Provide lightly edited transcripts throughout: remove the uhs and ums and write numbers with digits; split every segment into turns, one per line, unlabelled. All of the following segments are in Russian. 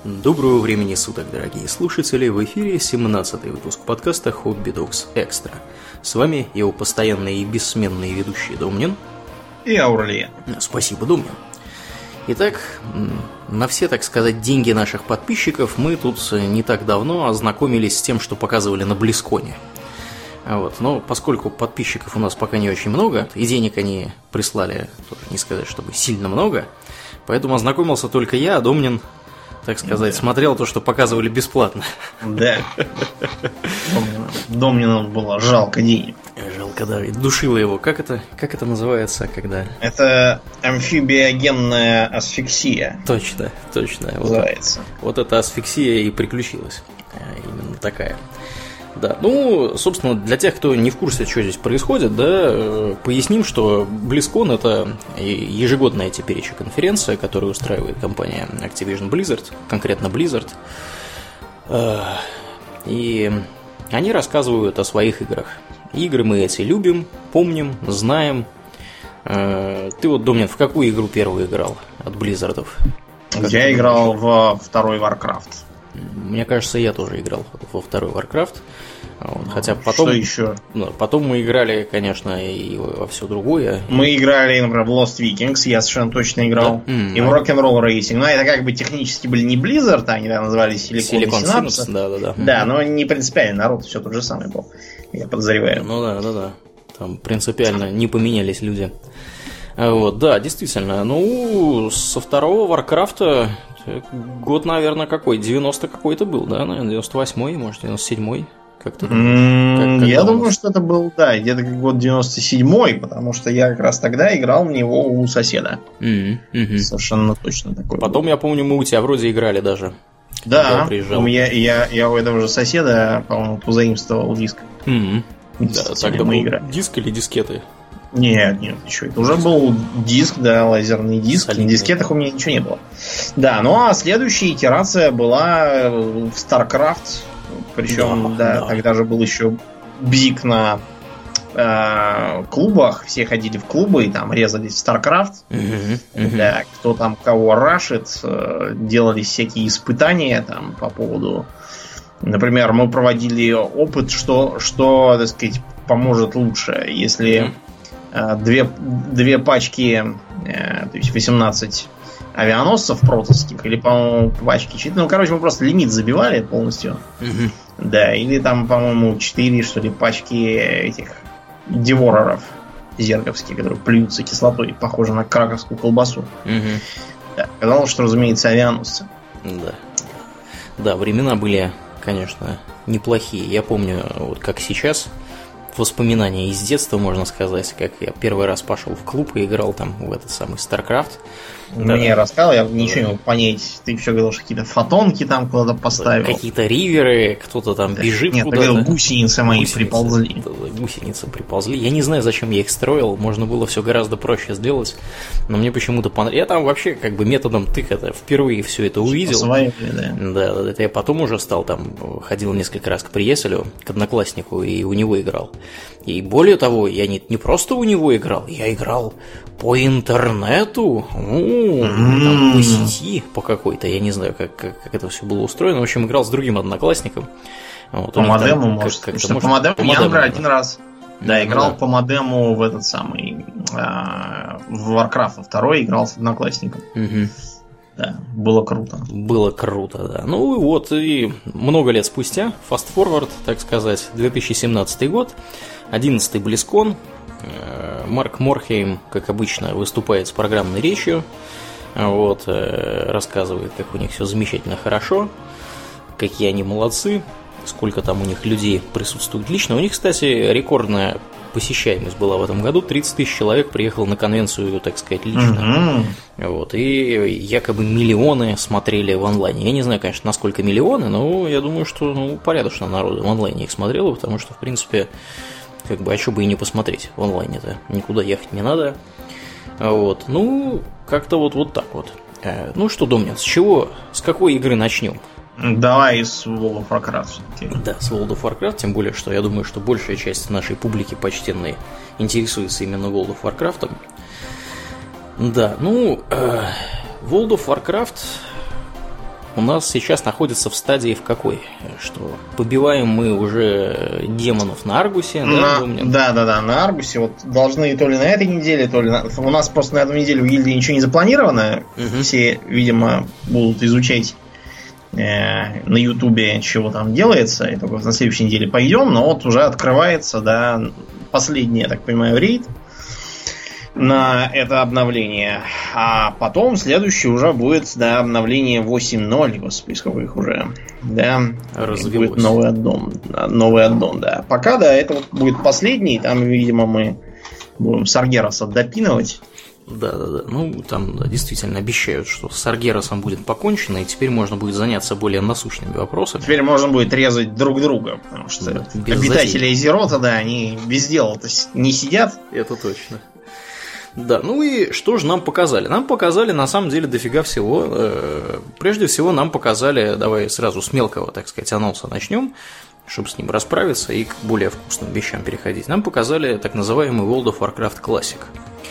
Доброго времени суток, дорогие слушатели! В эфире 17-й выпуск подкаста Hobby Dogs Extra. С вами его постоянные и бессменные ведущие Домнин
и Аурлиен.
Спасибо, Домнин. Итак, на все, так сказать, деньги наших подписчиков мы тут не так давно ознакомились с тем, что показывали на Близконе. Но поскольку подписчиков у нас пока не очень много, и денег они прислали, тоже не сказать, чтобы сильно много, поэтому ознакомился только я, а Домнин, так сказать, смотрел то, что показывали бесплатно.
Да. Домнину было жалко денег.
Жалко, да, и душило его. Как это называется, когда...
Это амфибиогенная асфиксия.
Точно.
Называется.
Вот эта асфиксия и приключилась. Именно такая. Да, собственно, для тех, кто не в курсе, что здесь происходит, да, поясним, что BlizzCon — это ежегодная теперь еще конференция, которую устраивает компания Activision Blizzard, конкретно Blizzard. И они рассказывают о своих играх. Игры мы эти любим, помним, знаем. Ты вот, Домнин, в какую игру первую играл от Близзардов?
Я играл во второй Warcraft.
Мне кажется, я тоже играл во второй Warcraft. Хотя потом...
Что еще?
Потом мы играли, конечно, и во все другое.
Мы играли, например, в Lost Vikings, я совершенно точно играл. Да? И в Rock'n'Roll Racing. Но это как бы технически были не Blizzard, они тогда назывались Silicon Synapse. Да, но не принципиально, народ все тот же самый был, я подозреваю.
Да. Там принципиально не поменялись люди. Да, действительно. Со второго Warcraft'а год, наверное, какой? 90 какой-то был, да? Наверное, 98-й, может, 97-й.
Я думаю, что это был, да, где-то год 97-й, потому что я как раз тогда играл в него у соседа. Совершенно точно такой.
Потом, я помню, мы у тебя вроде играли даже.
Да, я у этого же соседа, по-моему, позаимствовал диск.
Да, тогда мы играли. Диск или дискеты?
Нет, еще это уже был диск, да, лазерный диск. На дискетах у меня ничего не было. Да, а следующая итерация была в StarCraft. Причем, тогда же был еще бзик на клубах. Все ходили в клубы и там резались в StarCraft. Да, кто там кого рашит, делались всякие испытания там по поводу... Например, мы проводили опыт, что так сказать, поможет лучше, если две пачки, то есть 18 авианосцев протовских, или, по-моему, пачки. Мы просто лимит забивали полностью. Да, или там, по-моему, 4, что ли, пачки этих девореров зерговских, которые плюются кислотой, похоже на краковскую колбасу. Да, казалось, что, разумеется, авианосцы.
Да, времена были, конечно, неплохие. Я помню, вот как сейчас, воспоминания из детства, можно сказать, как я первый раз пошел в клуб и играл там в этот самый StarCraft.
Мне рассказал, я ничего не мог понять. Ты еще говорил, что какие-то фотонки там куда-то поставил.
Какие-то риверы, кто-то там бежит
куда-то. Нет, ты говорил, гусеницы мои приползли.
Гусеницы приползли. Я не знаю, зачем я их строил. Можно было все гораздо проще сделать. Но мне почему-то понравилось. Я там вообще как бы методом тыка впервые все это увидел. Да, это я потом уже стал там, ходил несколько раз к приятелю, к однокласснику, и у него играл. И более того, я не просто у него играл, я играл по интернету, там, по сети, по какой-то, я не знаю, как это все было устроено. В общем, играл с другим одноклассником.
По модему, может. По модему я играл один раз. Да, играл по модему в этот самый в Warcraft 2 играл с одноклассником. Да, было круто.
Было круто, да. И много лет спустя, fast forward, так сказать, 2017 год, 11-й BlizzCon. Марк Морхейм, как обычно, выступает с программной речью. Рассказывает, как у них все замечательно хорошо, какие они молодцы, сколько там у них людей присутствует лично. У них, кстати, рекордная посещаемость была в этом году. 30 тысяч человек приехало на конвенцию, так сказать, лично. И якобы миллионы смотрели в онлайне. Я не знаю, конечно, насколько миллионы, но я думаю, что порядочно народу в онлайне их смотрело, потому что, в принципе, как бы, а что бы и не посмотреть в онлайне-то. Никуда ехать не надо. Как-то вот так вот. Что, Домнин, с какой игры начнем?
Давай с World of Warcraft.
Да, с World of Warcraft, тем более, что я думаю, что большая часть нашей публики почтенной интересуется именно World of Warcraft. Да, World of Warcraft у нас сейчас находится в стадии в какой? Что побиваем мы уже демонов на Аргусе,
да? Да, на Аргусе. Вот должны то ли на этой неделе, то ли у нас просто на эту неделю в гильдии ничего не запланировано. Все, видимо, будут изучать на Ютубе, чего там делается, и только на следующей неделе пойдем, но вот уже открывается, да, последний, я так понимаю, рейд на это обновление. А потом следующий уже будет, да, обновление 8.0. Господи, сколько их уже. Да,
развелось.
Будет новый аддон, да. Пока, да, это вот будет последний. Там, видимо, мы будем Саргераса допинывать.
Да. Ну, там действительно обещают, что с Саргерасом будет покончено, и теперь можно будет заняться более насущными вопросами.
Теперь можно будет резать друг друга, потому что обитатели Азерота, да, они без дела не сидят.
Это точно. Да, ну и что же нам показали? Нам показали, на самом деле, дофига всего. Прежде всего, нам показали, давай сразу с мелкого, так сказать, анонса начнем, чтобы с ним расправиться и к более вкусным вещам переходить. Нам показали так называемый World of Warcraft Classic.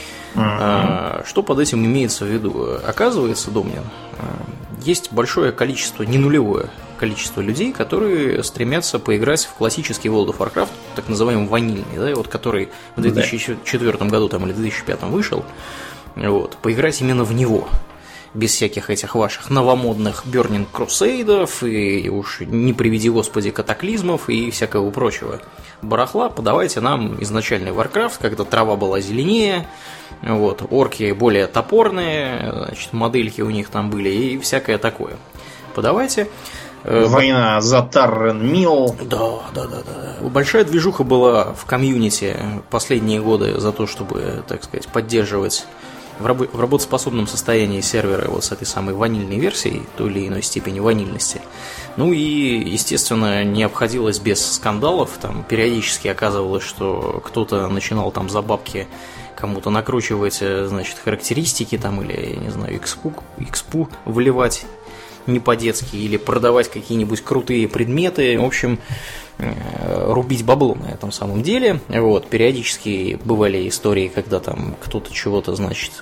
Что под этим имеется в виду? Оказывается, Домнин, есть большое количество, не нулевое количество людей, которые стремятся поиграть в классический World of Warcraft, так называемый ванильный, да, вот, который в 2004 году там, или 2005 вышел, вот, поиграть именно в него, без всяких этих ваших новомодных Burning Crusade и уж не приведи господи катаклизмов и всякого прочего барахла. Подавайте нам изначальный Warcraft, когда трава была зеленее, вот, орки более топорные, значит, модельки у них там были и всякое такое. Подавайте.
Война за Таррен-Мил.
Да. Большая движуха была в комьюнити последние годы за то, чтобы, так сказать, поддерживать в работоспособном состоянии серверы вот с этой самой ванильной версией, той или иной степени ванильности. Ну и, естественно, не обходилось без скандалов. Там периодически оказывалось, что кто-то начинал там за бабки кому-то накручивать, значит, характеристики там или, не знаю, экспу вливать не по-детски, или продавать какие-нибудь крутые предметы, в общем, рубить бабло на этом самом деле. Вот, периодически бывали истории, когда там кто-то чего-то, значит,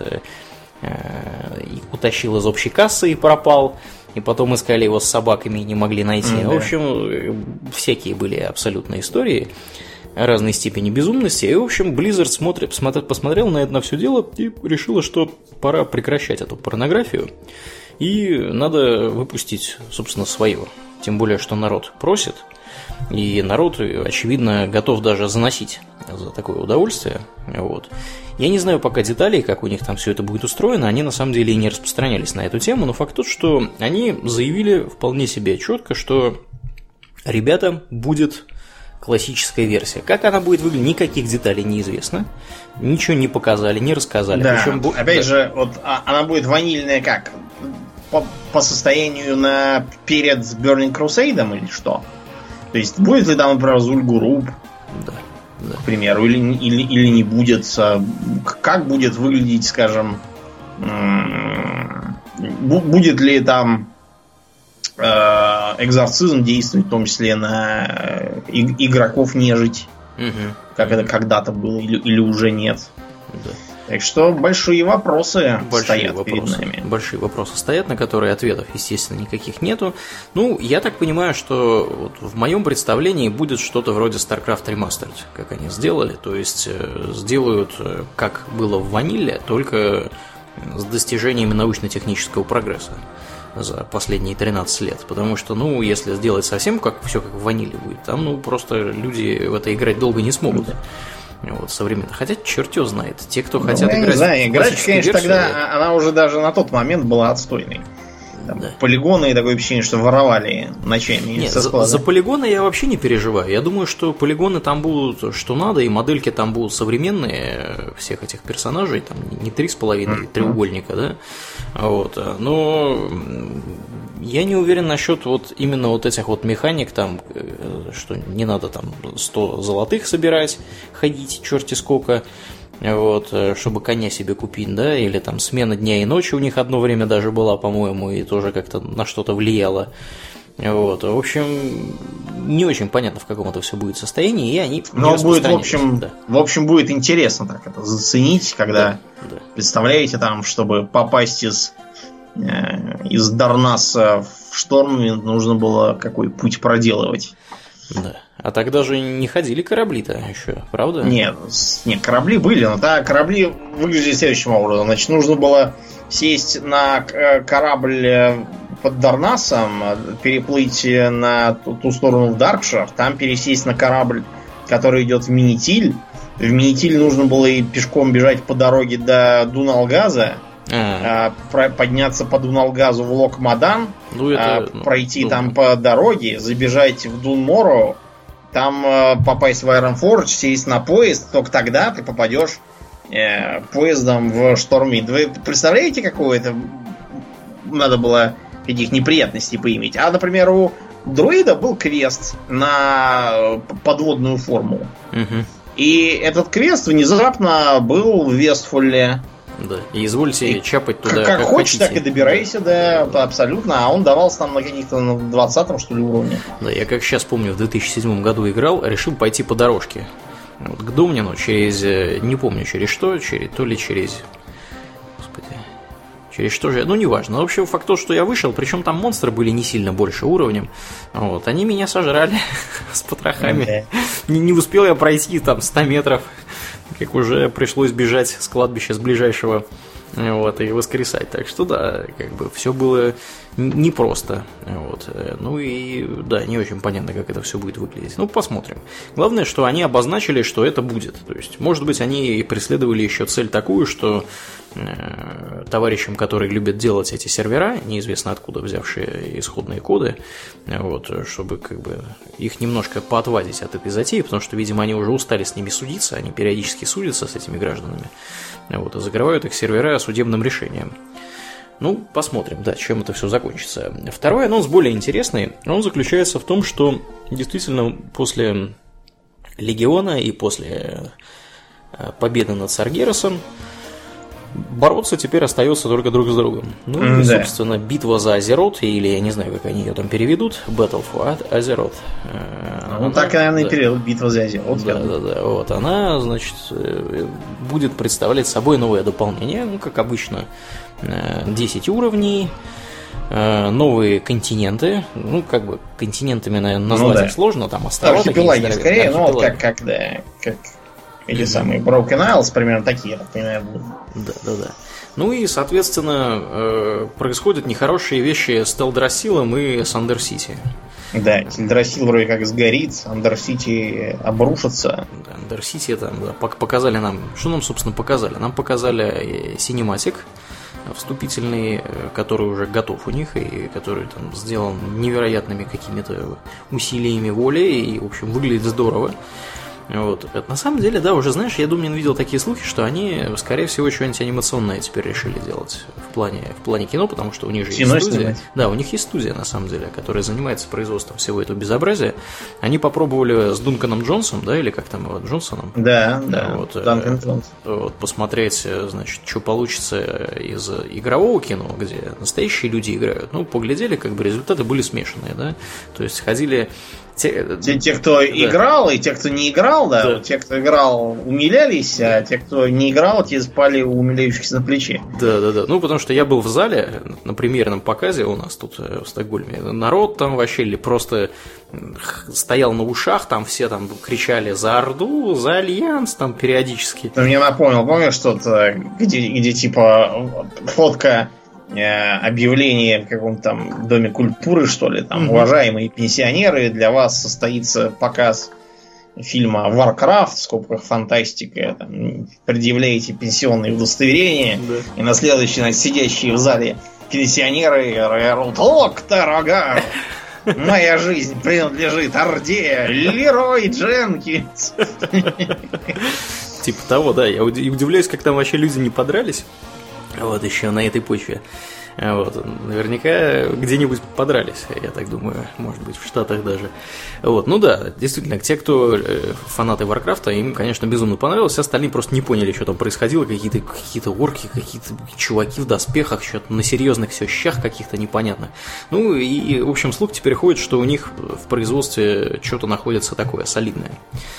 утащил из общей кассы и пропал, и потом искали его с собаками и не могли найти. В общем, всякие были абсолютно истории разной степени безумности. И, в общем, Blizzard посмотрел на это на все дело и решила, что пора прекращать эту порнографию. И надо выпустить, собственно, свое. Тем более, что народ просит. И народ, очевидно, готов даже заносить за такое удовольствие. Вот. Я не знаю пока деталей, как у них там все это будет устроено. Они на самом деле и не распространялись на эту тему. Но факт тот, что они заявили вполне себе четко, что, ребята, будет классическая версия. Как она будет выглядеть, никаких деталей неизвестно. Ничего не показали, не рассказали.
Да, причем, опять же, вот она будет ванильная как? По состоянию перед Burning Crusade или что? То есть будет ли там, например, Зуль'Гуруб, к примеру, или не будет? Как будет выглядеть, скажем, будет ли там экзорцизм действовать, в том числе на игроков нежить, как это когда-то было, или уже нет? Да. Так что большие вопросы стоят перед нами.
Большие вопросы стоят, на которые ответов, естественно, никаких нету. Ну, я так понимаю, что вот в моем представлении будет что-то вроде StarCraft Remastered, как они сделали. То есть сделают, как было в ваниле, только с достижениями научно-технического прогресса за последние 13 лет. Потому что, ну, если сделать совсем все как в ваниле будет, там, ну, просто люди в это играть долго не смогут. Вот, современно. Хотя черт его знает. Те, кто хотят играть. Не знаю,
играть, конечно, тогда она уже даже на тот момент была отстойной. Там, да. Полигоны и такое ощущение, что воровали ночами.
Нет, за полигоны я вообще не переживаю. Я думаю, что полигоны там будут что надо, и модельки там будут современные всех этих персонажей, там не 3,5 треугольника, да. Вот. Но я не уверен насчет вот именно вот этих вот механик, там, что не надо там 100 золотых собирать, ходить черти сколько. Вот, чтобы коня себе купить, да, или там смена дня и ночи у них одно время даже была, по-моему, и тоже как-то на что-то влияло. Вот, в общем, не очень понятно, в каком это все будет состоянии, и они
не распространились. В общем, будет интересно так это заценить, когда, представляете, там, чтобы попасть из Дарнаса в Штормвинд нужно было какой путь проделывать.
Да. А тогда же не ходили корабли-то еще, правда?
Нет, корабли были, но корабли выглядели следующим образом. Значит, нужно было сесть на корабль под Дарнасом, переплыть на ту сторону в Даркшир, там пересесть на корабль, который идет в Минитиль. В Минитиль нужно было и пешком бежать по дороге до Дуналгаза, подняться по Дуналгазу в Лок-Мадан, пройти там по дороге, забежать в Дунмору, там попасть в Айронфордж, сесть на поезд, только тогда ты попадешь поездом в Штормвинд. Вы представляете, какое это надо было каких неприятностей поиметь? А, например, у Друида был квест на подводную форму.
Угу.
И этот квест внезапно был в Вестфолле.
Да, и извольте чапать туда,
как хочешь, так и добирайся, да, абсолютно. А он давался там на каких-то 20-м, что ли, уровне.
Да, я как сейчас помню, в 2007 году играл, решил пойти по дорожке. Вот к Домнину через... Не помню, через что, то ли через... Господи... Через что же... Ну, неважно. В общем, факт то, что я вышел, причем там монстры были не сильно больше уровнем. Вот, они меня сожрали с потрохами. Не успел я пройти там 100 метров, как уже пришлось бежать с кладбища с ближайшего, вот, и воскресать. Так что да, как бы все было непросто. Вот. Ну и да, не очень понятно, как это все будет выглядеть. Ну, посмотрим. Главное, что они обозначили, что это будет. То есть, может быть, они и преследовали еще цель такую, что товарищам, которые любят делать эти сервера, неизвестно откуда взявшие исходные коды, вот, чтобы как бы их немножко поотвадить от этой затеи, потому что, видимо, они уже устали с ними судиться, они периодически судятся с этими гражданами, вот, и закрывают их сервера судебным решением. Ну, посмотрим, да, чем это все закончится. Второй анонс более интересный. Он заключается в том, что действительно после Легиона и после победы над Саргерасом бороться теперь остается только друг с другом. Ну, и, собственно, битва за Азерот, или я не знаю, как они ее там переведут, Battle for Azeroth.
Ну, так, наверное, и переведут, битва за Азерот.
Да. Вот, она, значит, будет представлять собой новое дополнение, ну, как обычно, 10 уровней, новые континенты. Ну, как бы континентами, наверное, назвать их сложно, там острова.
Архипелаги, скорее, ну, вот как эти самые Broken Isles, примерно такие, я так понимаю, будут.
Да. Ну и, соответственно, происходят нехорошие вещи с Телдрасилом и с Андерсити.
Да, Телдрасил вроде как сгорит, Андерсити обрушится.
Да, Андерсити там, да, показали нам... Что нам, собственно, показали? Нам показали синематик вступительный, который уже готов у них, и который там сделан невероятными какими-то усилиями воли, и, в общем, выглядит здорово. Вот. Это, на самом деле, да, уже, знаешь, я думаю, видел такие слухи, что они, скорее всего, что-нибудь анимационное теперь решили делать в плане кино, потому что у них же есть студия. Снимать. Да, у них есть студия, на самом деле, которая занимается производством всего этого безобразия. Они попробовали с Дунканом Джонсом, да, или как там его, Джонсоном?
Да, вот,
Дункан Джонс. Вот, посмотреть, значит, что получится из игрового кино, где настоящие люди играют. Ну, поглядели, как бы результаты были смешанные, да, то есть ходили...
Те, кто играл, и те, кто не играл, да. Вот те, кто играл, умилялись, а те, кто не играл, те спали у умиляющихся на плече.
Да. Ну, потому что я был в зале на премьерном показе у нас тут в Стокгольме. Народ там вообще или просто стоял на ушах, там все там кричали за Орду, за Альянс, там периодически.
Ты мне напомнил, помнишь что-то, где типа фотка объявление в каком-то там доме культуры, что ли, там, уважаемые пенсионеры, для вас состоится показ фильма Warcraft, в скобках фантастика, там, предъявляете пенсионные удостоверения, и на следующий, значит, сидящие в зале пенсионеры орут: «Лок, дорога! Моя жизнь принадлежит Орде! Лерой Дженкинс!»
Типа того, да, я удивляюсь, как там вообще люди не подрались. Вот еще на этой почве. Вот. Наверняка где-нибудь подрались, я так думаю, может быть, в Штатах даже. Вот. Ну да, действительно, те, кто фанаты Варкрафта, им, конечно, безумно понравилось, все остальные просто не поняли, что там происходило, какие-то орки, какие-то чуваки в доспехах, что-то на серьезных все щах каких-то непонятных. Ну и, в общем, слух теперь ходит, что у них в производстве что-то находится такое солидное.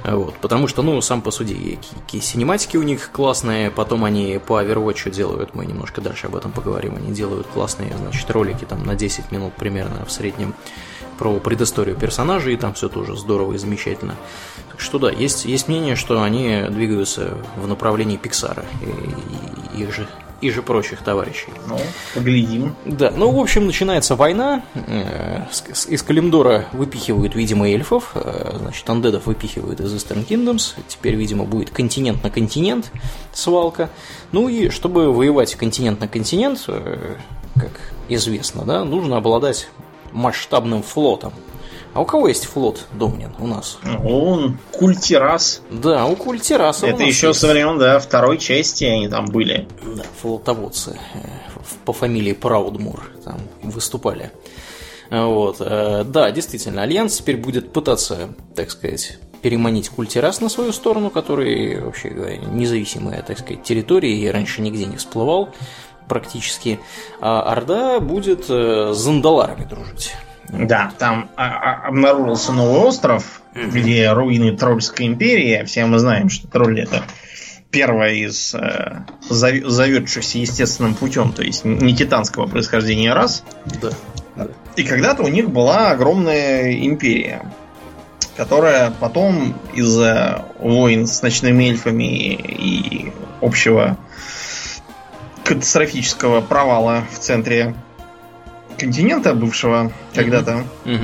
Вот, потому что, ну, сам по суде, синематики у них классные, потом они по Overwatch делают, мы немножко дальше об этом поговорим, они делают классные, значит, ролики там на 10 минут примерно в среднем про предысторию персонажей, и там все тоже здорово и замечательно. Так что да, есть мнение, что они двигаются в направлении Pixar и их же прочих товарищей.
Ну, поглядим.
Да, ну, в общем, начинается война. Из Калимдора выпихивают, видимо, эльфов. Значит, андедов выпихивают из Eastern Kingdoms. Теперь, видимо, будет континент на континент свалка. Ну и чтобы воевать континент на континент, как известно, да, нужно обладать масштабным флотом. А у кого есть флот, Домнин, у нас?
Он Культирас.
Да, у Культираса.
Это еще со времен, да, второй части они там были.
Да, флотоводцы по фамилии Праудмур там выступали. Вот. Да, действительно, Альянс теперь будет пытаться, так сказать, переманить Культирас на свою сторону, который, вообще говоря, независимая, так сказать, территория, и раньше нигде не всплывал практически. А Орда будет с Зандаларами дружить.
Да, там обнаружился новый остров, где руины Тролльской империи. Все мы знаем, что тролли — это первая из заведшихся естественным путем, то есть не титанского происхождения рас.
Да.
И когда-то у них была огромная империя, которая потом из-за войн с ночными эльфами и общего катастрофического провала в центре континента бывшего когда-то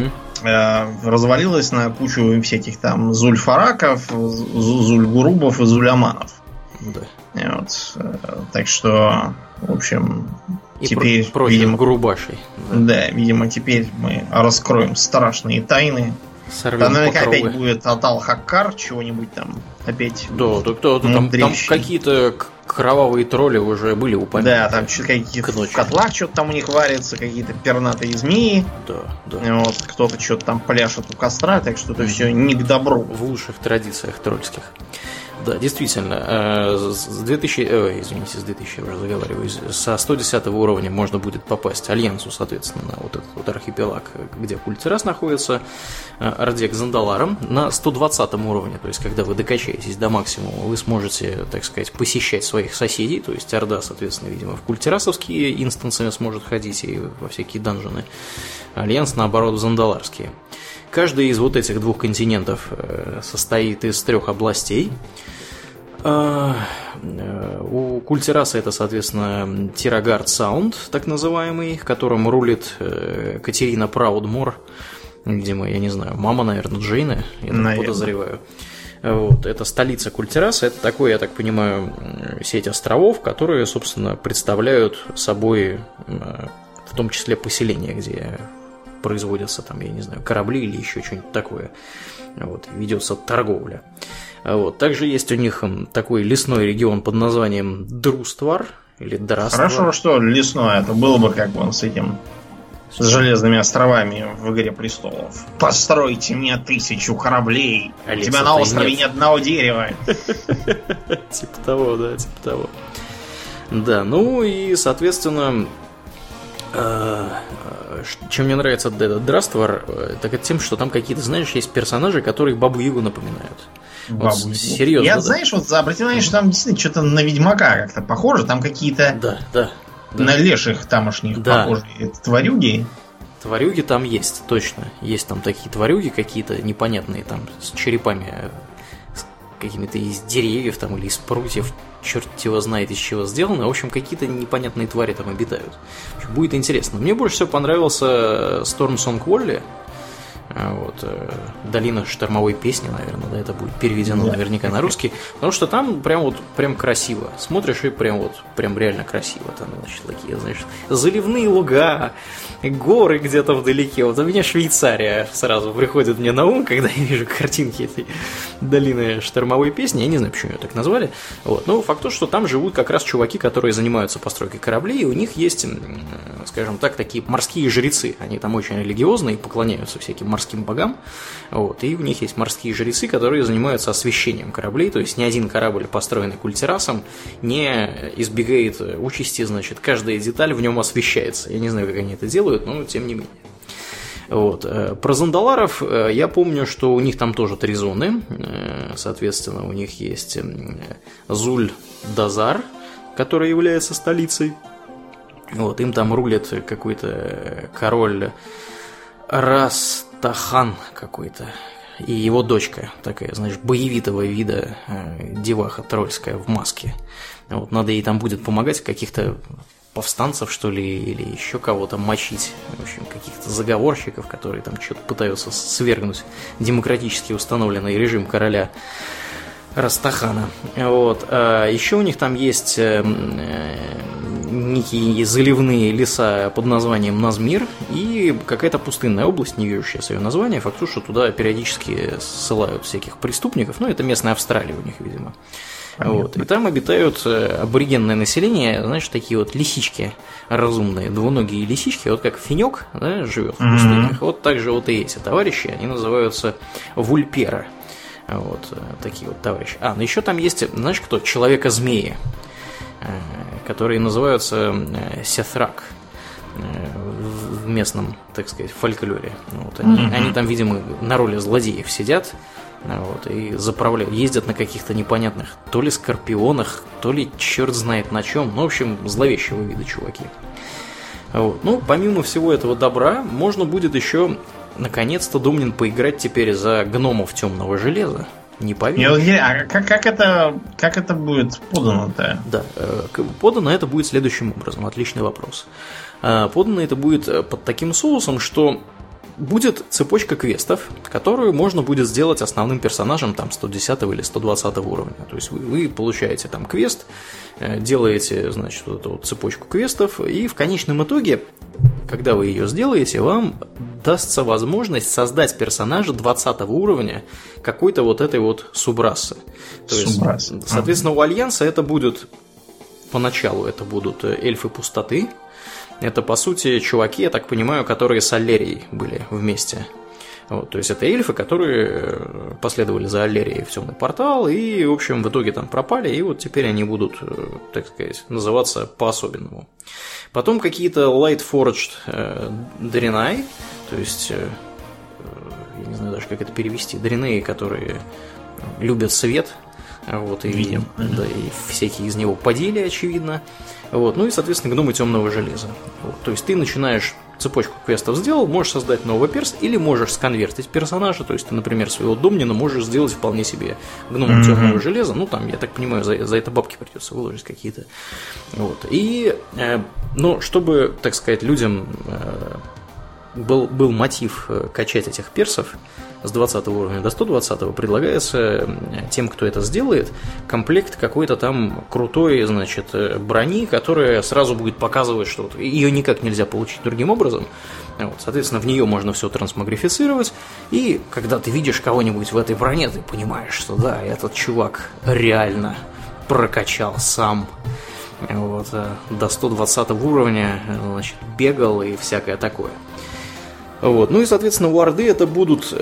развалилась на кучу всяких там зульфараков, зульгурубов и зуляманов.
Да.
Вот. Так что, в общем,
и
теперь,
видимо, грубашей.
Да, видимо, теперь мы раскроем страшные тайны. Там наверняка опять будет Атал-Хаккар, чего-нибудь там опять.
Да, там какие-то кровавые тролли уже были упомянуты.
Да, там какие-то в котлах что-то там у них варится, какие-то пернатые змеи.
Да.
Вот, кто-то что-то там пляшет у костра, так что это все не к добру.
В лучших традициях тролльских. Да, действительно, с 2000, я уже заговариваюсь, со 110 уровня можно будет попасть Альянсу, соответственно, на вот этот вот архипелаг, где Культирас находится, Орде к Зандаларам, на 120 уровне, то есть когда вы докачаетесь до максимума, вы сможете, так сказать, посещать своих соседей, то есть Орда, соответственно, видимо, в культирасовские инстансы сможет ходить и во всякие данжены, Альянс, наоборот, в зандаларские. Каждый из вот этих двух континентов состоит из 3 областей. У Культираса это, соответственно, Тирагард Саунд, так называемый, которым рулит Катерина Праудмур. Видимо, я не знаю, мама, наверное, Джейна, я так подозреваю. Вот, это столица Культираса, это такой, я так понимаю, сеть островов, которые, собственно, представляют собой в том числе поселения, где производятся там, я не знаю, корабли или еще что-нибудь такое. Вот, ведется торговля. Вот. Также есть у них такой лесной регион под названием Друствар или Драствар.
Хорошо, что лесное, это было бы как вон с этим, с железными островами в «Игре престолов». Постройте мне 1000 кораблей. У тебя на острове ни одного дерева.
Типа того, да, типа того. Да, ну и, соответственно, чем мне нравится этот Драствар, так это тем, что там какие-то, знаешь, есть персонажи, которые Бабу-Ягу напоминают. Вот, серьезно.
Я, знаешь, вот обратил внимание, что там действительно что-то на Ведьмака как-то похоже. Там какие-то на леших тамошних похожие тварюги.
Тварюги там есть, точно. Есть там такие тварюги какие-то непонятные, там с черепами какими-то из деревьев там или из прутьев, черт его знает из чего сделано. В общем, какие-то непонятные твари там обитают. Будет интересно. Мне больше всего понравился Storm Song Valley. Вот, долина штормовой песни, наверное, да, это будет переведено наверняка на русский, потому что там прям красиво. Смотришь и прям реально красиво. Там, значит, такие, знаешь, заливные луга, горы где-то вдалеке. Вот у меня Швейцария сразу приходит мне на ум, когда я вижу картинки этой долины штормовой песни. Я не знаю, почему ее так назвали. Вот. Но факт то, что там живут как раз чуваки, которые занимаются постройкой кораблей, и у них есть, скажем так, такие морские жрецы. Они там очень религиозные и поклоняются всяким морским богам. Вот. И у них есть морские жрецы, которые занимаются освещением кораблей. То есть ни один корабль, построенный Культирасом, не избегает участи, значит, каждая деталь в нем освещается. Я не знаю, как они это делают, но тем не менее. Вот. Про Зандаларов я помню, что у них там тоже 3 зоны. Соответственно, у них есть Зуль-Дазар, который является столицей. Вот. Им там рулит какой-то король Растахан какой-то. И его дочка такая, знаешь, боевитого вида деваха трольская в маске. Вот, надо ей там будет помогать каких-то повстанцев, что ли, или еще кого-то мочить. В общем, каких-то заговорщиков, которые там что-то пытаются свергнуть демократически установленный режим короля Растахана. Вот. А еще у них там есть некие заливные леса под названием Назмир и какая-то пустынная область, не вижу сейчас ее название, факт, что туда периодически ссылают всяких преступников, ну, это местная Австралия у них, видимо. Вот. И там обитают аборигенное население, знаешь, такие вот лисички разумные, двуногие лисички, вот как финек, да, живет в пустынях, вот так же вот и эти товарищи, они называются вульпера. Вот такие вот товарищи. Ну еще там есть, знаешь кто? Человека-змеи, которые называются Сетhrак в местном, так сказать, фольклоре. Вот, они там, видимо, на роли злодеев сидят, вот, и заправляют, ездят на каких-то непонятных то ли скорпионах, то ли черт знает на чем. Ну, в общем, зловещего вида чуваки. Вот. Ну, помимо всего этого добра, можно будет еще наконец-то, Домнин, поиграть теперь за гномов темного железа. Не поверишь.
А как это будет подано-то?
Да, подано это будет следующим образом. Отличный вопрос. Подано это будет под таким соусом, что будет цепочка квестов, которую можно будет сделать основным персонажем там 110 или 120 уровня. То есть вы получаете там квест, делаете, значит, вот эту вот цепочку квестов, и в конечном итоге, когда вы ее сделаете, вам дастся возможность создать персонажа 20 уровня какой-то вот этой вот субрасы. То есть, соответственно, у Альянса это будет, поначалу это будут эльфы пустоты. Это, по сути, чуваки, я так понимаю, которые с Аллерией были вместе. Вот, то есть это эльфы, которые последовали за Аллерией в темный портал и, в общем, в итоге там пропали, и вот теперь они будут, так сказать, называться по-особенному. Потом какие-то Lightforged Дринай, то есть, я не знаю даже, как это перевести, Дринеи, которые любят свет, вот, и, видим, да, и всякие из него подели, очевидно. Вот, ну и, соответственно, гномы темного железа. Вот, то есть ты начинаешь цепочку квестов сделал, можешь создать нового перс, или можешь сконвертить персонажа, то есть ты, например, своего Домнина можешь сделать вполне себе гномом темного железа, ну там, я так понимаю, за это бабки придется выложить какие-то. Вот. И, ну, чтобы, так сказать, людям был мотив качать этих персов с 20 уровня до 120 предлагается тем, кто это сделает, комплект какой-то там крутой, значит, брони, которая сразу будет показывать, что ее никак нельзя получить другим образом. Вот, соответственно, в нее можно все трансмагрифицировать, и когда ты видишь кого-нибудь в этой броне, ты понимаешь, что да, этот чувак реально прокачал сам. Вот, до 120 уровня, значит, бегал и всякое такое. Вот. Ну и, соответственно, у Орды это будут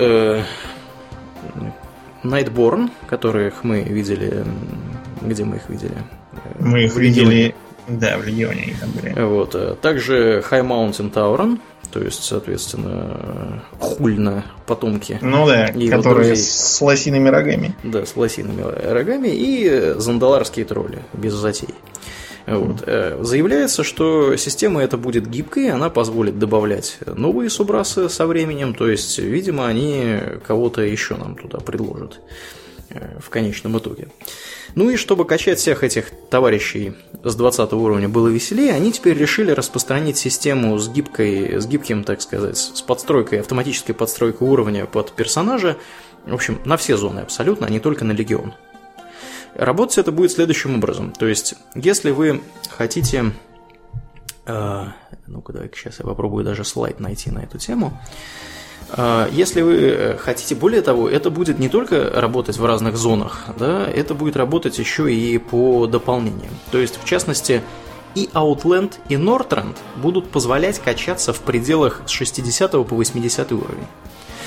Nightborn, которых мы видели. Где мы их видели?
Мы их видели, да, в Легионе они там были.
Вот. Также High Mountain Tauren, то есть, соответственно, Хульна потомки.
Ну да, которые с лосиными рогами.
Да, с лосиными рогами, и зандаларские тролли, без затей. Вот. Заявляется, что система эта будет гибкой, она позволит добавлять новые субрасы со временем, то есть, видимо, они кого-то еще нам туда предложат в конечном итоге. Ну и чтобы качать всех этих товарищей с 20 уровня было веселее, они теперь решили распространить систему с гибким, так сказать, с подстройкой, автоматической подстройкой уровня под персонажа, в общем, на все зоны абсолютно, а не только на Легион. Работать это будет следующим образом. То есть, если вы хотите... ну-ка, давай-ка сейчас я попробую даже слайд найти на эту тему. Если вы хотите... Более того, это будет не только работать в разных зонах, да, это будет работать еще и по дополнениям. То есть, в частности, и Outland, и Northrend будут позволять качаться в пределах с 60 по 80 уровень.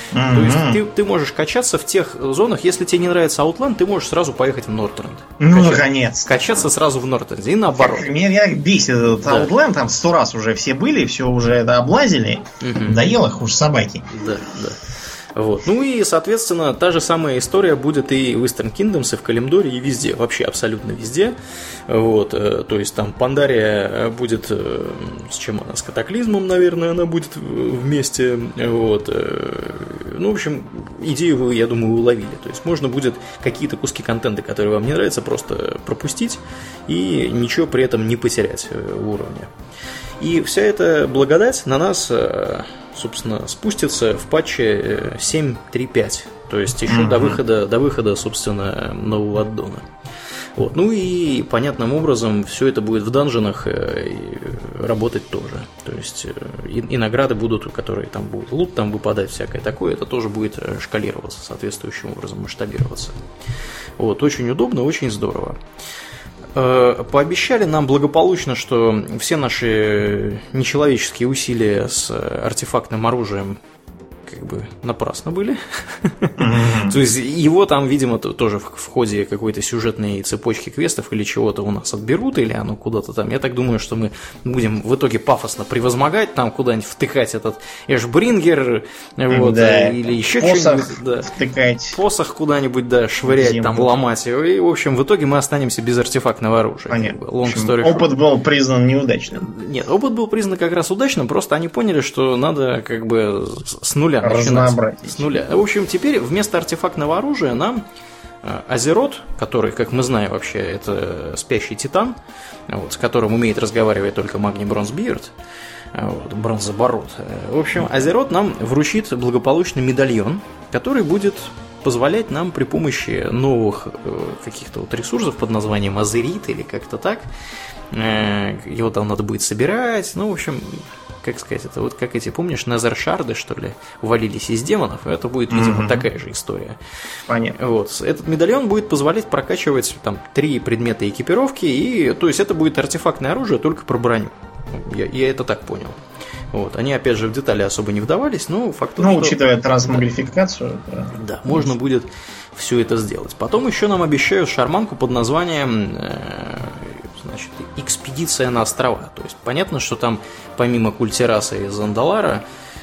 То есть ты можешь качаться в тех зонах, если тебе не нравится Outland, ты можешь сразу поехать в Нортренд.
Ну, наконец.
Качаться сразу в Нортренде и наоборот.
Меня бесит этот Outland, там 100 раз уже все были, все уже это облазили. Доело хуже собаки.
Да. Вот. Ну и, соответственно, та же самая история будет и в Eastern Kingdoms, и в Калимдоре, и везде, вообще абсолютно везде. Вот. То есть там Пандария будет, с чем она, с Катаклизмом, наверное, она будет вместе. Вот. Ну, в общем, идею вы, я думаю, уловили. То есть можно будет какие-то куски контента, которые вам не нравятся, просто пропустить и ничего при этом не потерять уровня. И вся эта благодать на нас, собственно, спустится в патче 7.3.5, то есть еще до выхода, собственно, нового аддона. Вот. Ну и понятным образом все это будет в данженах работать тоже. То есть и награды будут, которые там будут, лут там выпадать, всякое такое, это тоже будет шкалироваться, соответствующим образом масштабироваться. Вот. Очень удобно, очень здорово. Пообещали нам благополучно, что все наши нечеловеческие усилия с артефактным оружием как бы напрасно были. То есть его там, видимо, тоже в ходе какой-то сюжетной цепочки квестов или чего-то у нас отберут, или оно куда-то там. Я так думаю, что мы будем в итоге пафосно превозмогать, там куда-нибудь втыкать этот Эшбрингер, вот, да, или еще что-нибудь. Да.
Втыкать.
Посох куда-нибудь, да, швырять, землю. Там ломать его. И, в общем, в итоге мы останемся без артефактного оружия.
Понятно. Опыт был признан неудачным.
Нет, опыт был признан как раз удачным, просто они поняли, что надо как бы с нуля начинать. С нуля. В общем, теперь вместо артефактного оружия нам Азерот, который, как мы знаем вообще, это спящий титан, вот, с которым умеет разговаривать только Магни Бронзбирд, вот, Бронзоборот. В общем, Азерот нам вручит благополучный медальон, который будет позволять нам при помощи новых каких-то вот ресурсов под названием Азерит или как-то так, его там надо будет собирать, ну, в общем, как сказать, это вот как эти, помнишь, Незершарды, что ли, валились из демонов, это будет, видимо, такая же история.
Понятно.
Вот. Этот медальон будет позволять прокачивать там 3 предмета экипировки, и, то есть это будет артефактное оружие только про броню. Я это так понял. Вот. Они, опять же, в детали особо не вдавались, но факт том,
что... учитывая трансмогрификацию...
Да, можно будет все это сделать. Потом еще нам обещают шарманку под названием... Значит, экспедиция на острова. То есть понятно, что там помимо Культираса и Зандалара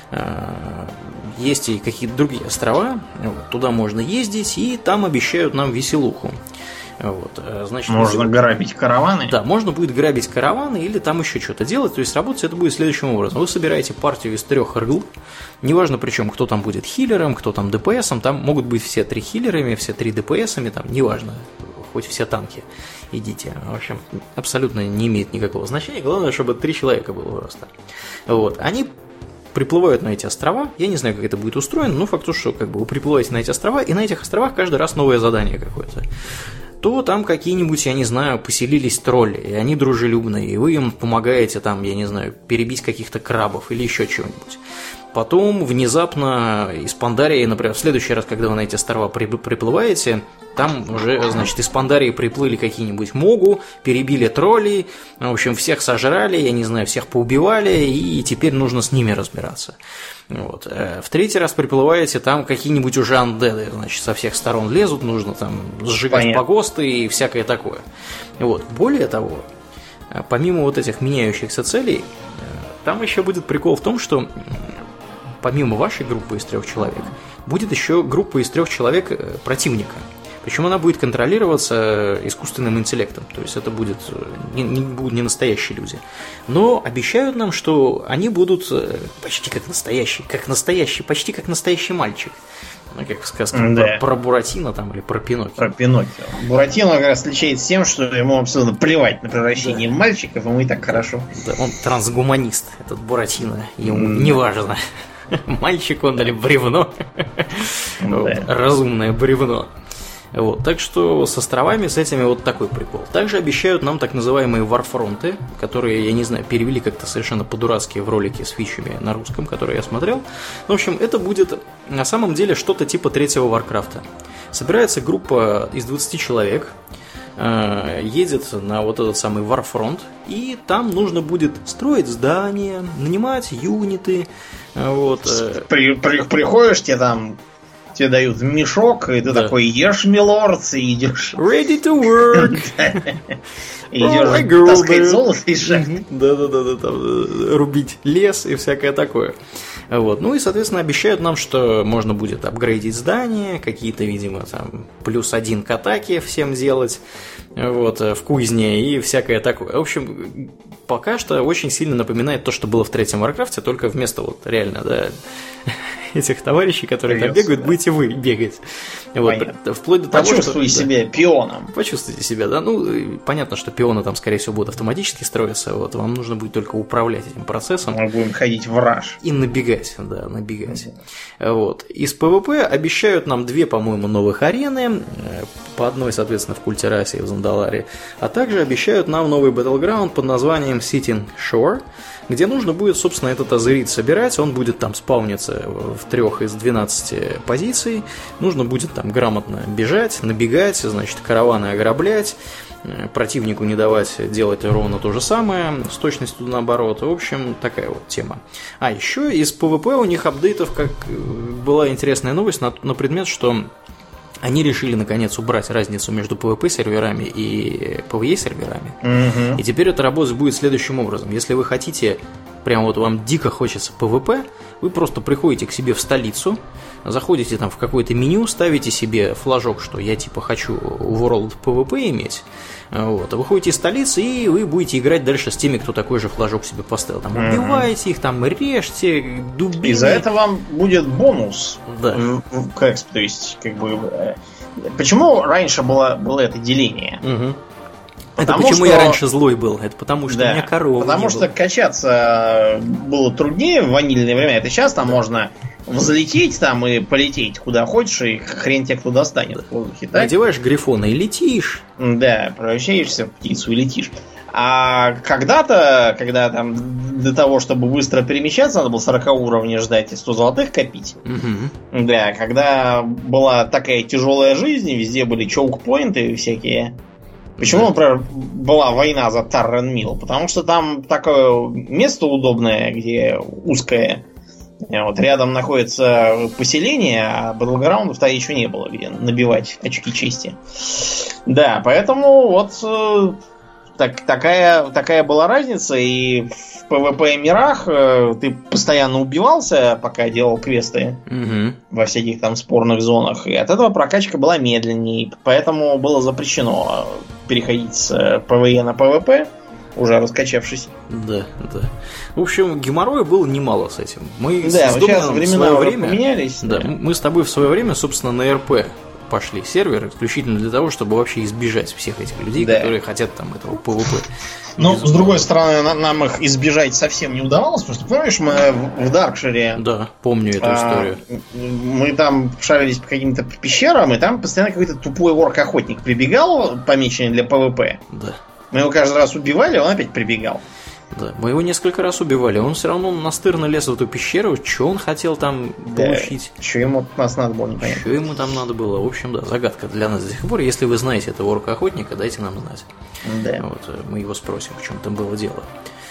есть и какие-то другие острова. Вот, туда можно ездить, и там обещают нам веселуху. Вот, значит,
можно грабить караваны.
Да, можно будет грабить караваны или там еще что-то делать. То есть работать это будет следующим образом. Вы собираете партию из 3 ргл. Неважно причем, кто там будет хиллером, кто там ДПСом. Там могут быть все 3 хиллерами, все 3 ДПСами. Там неважно, хоть все танки. Идите. В общем, абсолютно не имеет никакого значения. Главное, чтобы 3 человека было просто. Вот. Они приплывают на эти острова. Я не знаю, как это будет устроено, но факт, что как бы вы приплываете на эти острова, и на этих островах каждый раз новое задание какое-то. То там какие-нибудь, я не знаю, поселились тролли, и они дружелюбные, и вы им помогаете там, я не знаю, перебить каких-то крабов или еще чего-нибудь. Потом внезапно из Пандарии, например, в следующий раз, когда вы на эти острова приплываете, там уже, значит, из Пандарии приплыли какие-нибудь могу, перебили троллей, в общем, всех сожрали, я не знаю, всех поубивали, и теперь нужно с ними разбираться. Вот. В третий раз приплываете, там какие-нибудь уже андеды, значит, со всех сторон лезут, нужно там сжигать погосты и всякое такое. Вот. Более того, помимо вот этих меняющихся целей, там еще будет прикол в том, что помимо вашей группы из 3 человек, будет еще группа из 3 человек противника. Причем она будет контролироваться искусственным интеллектом. То есть это будут не настоящие люди. Но обещают нам, что они будут почти как настоящий, почти как настоящий мальчик. Ну, как сказка про Буратино там, или про Пиноккио.
Про Пиноккио. Буратино как раз отличается тем, что ему абсолютно плевать на превращение в мальчиков, ему и так хорошо.
Да, он трансгуманист, этот Буратино. Ему не важно, мальчик он или бревно. Разумное бревно. Вот, так что с островами, с этими вот такой прикол. Также обещают нам так называемые варфронты, которые, я не знаю, перевели как-то совершенно по-дурацки в ролике с фичами на русском, которые я смотрел. В общем, это будет на самом деле что-то типа 3-го Варкрафта. Собирается группа из 20 человек, едет на вот этот самый Warfront, и там нужно будет строить здания, нанимать юниты. Вот.
Приходишь, тебе дают мешок, и ты такой: ешь, милорд, и идешь.
Ready to work.
Идешь таскать золото и шахты.
Да, там рубить лес и всякое такое. Вот. Ну и, соответственно, обещают нам, что можно будет апгрейдить здания, какие-то, видимо, там +1 к атаке всем делать, вот, в кузне и всякое такое. В общем, пока что очень сильно напоминает то, что было в третьем Варкрафте, только вместо вот реально, да, этих товарищей, которые там бегают, будете вы бегать. Вот, вплоть до того, что...
Почувствуй себя пионом.
Почувствуйте себя, да. Ну, понятно, что пионы там, скорее всего, будут автоматически строиться. Вот, вам нужно будет только управлять этим процессом.
Мы будем ходить в раш.
И набегать, да, набегать. Вот. Из ПВП обещают нам 2, по-моему, новых арены. По одной, соответственно, в Культе Расе и в Зандаларе. А также обещают нам новый Battleground под названием Sitting Shore, где нужно будет, собственно, этот азерит собирать. Он будет там спауниться в 3 из 12 позиций. Нужно будет там грамотно бежать, набегать, значит, караваны ограблять, противнику не давать делать ровно то же самое, с точностью наоборот. В общем, такая вот тема. А еще из PvP у них апдейтов, как была интересная новость на предмет, что они решили, наконец, убрать разницу между PvP-серверами и PvE-серверами. И теперь это работать будет следующим образом. Если вы хотите, прям вот вам дико хочется PvP, вы просто приходите к себе в столицу, заходите там в какое-то меню, ставите себе флажок, что я типа хочу World PvP иметь, вот, а выходите из столицы, и вы будете играть дальше с теми, кто такой же флажок себе поставил. Там убиваете их, там режьте, дубины.
И за это вам будет бонус.
Да.
То есть, как бы... Почему раньше было это деление?
Это почему я раньше злой был? Это потому что у меня коровы
Потому
не
что
было.
Качаться было труднее в ванильное время. Это сейчас там можно взлететь там и полететь куда хочешь, и хрен тебя кто достанет.
Надеваешь грифона и летишь.
Да, превращаешься в птицу и летишь. А когда-то, когда там для того, чтобы быстро перемещаться, надо было 40 уровней ждать и 100 золотых копить. Да, когда была такая тяжелая жизнь, везде были choke-поинты всякие. Почему, например, была война за Таррен-Милл? Потому что там такое место удобное, где узкое. Вот рядом находится поселение, а Battleground'ов-то еще не было, где набивать очки чести. Да, поэтому вот такая была разница. И в PvP мирах ты постоянно убивался, пока делал квесты во всяких там спорных зонах. И от этого прокачка была медленнее. Поэтому было запрещено переходить с PvE на PvP, уже раскачавшись.
Да. В общем, геморроя было немало с этим. Мы
сейчас времена поменялись.
Да, мы с тобой в свое время, собственно, на РП пошли сервер исключительно для того, чтобы вообще избежать всех этих людей, которые хотят там этого PvP.
Но, с другой стороны, нам их избежать совсем не удавалось, потому что, помнишь, мы в Даркшире...
Да, помню эту историю.
Мы там шарились по каким-то пещерам, и там постоянно какой-то тупой орк-охотник прибегал, помеченный для PvP.
Да.
Мы его каждый раз убивали, он опять прибегал.
Да, мы его несколько раз убивали, он все равно настырно лез в эту пещеру, что он хотел там получить.
Что ему от нас надо было, непонятно.
Что ему там надо было, в общем, да, загадка для нас до сих пор. Если вы знаете этого орка-охотника, дайте нам знать.
Да.
Вот, мы его спросим, в чем там было дело.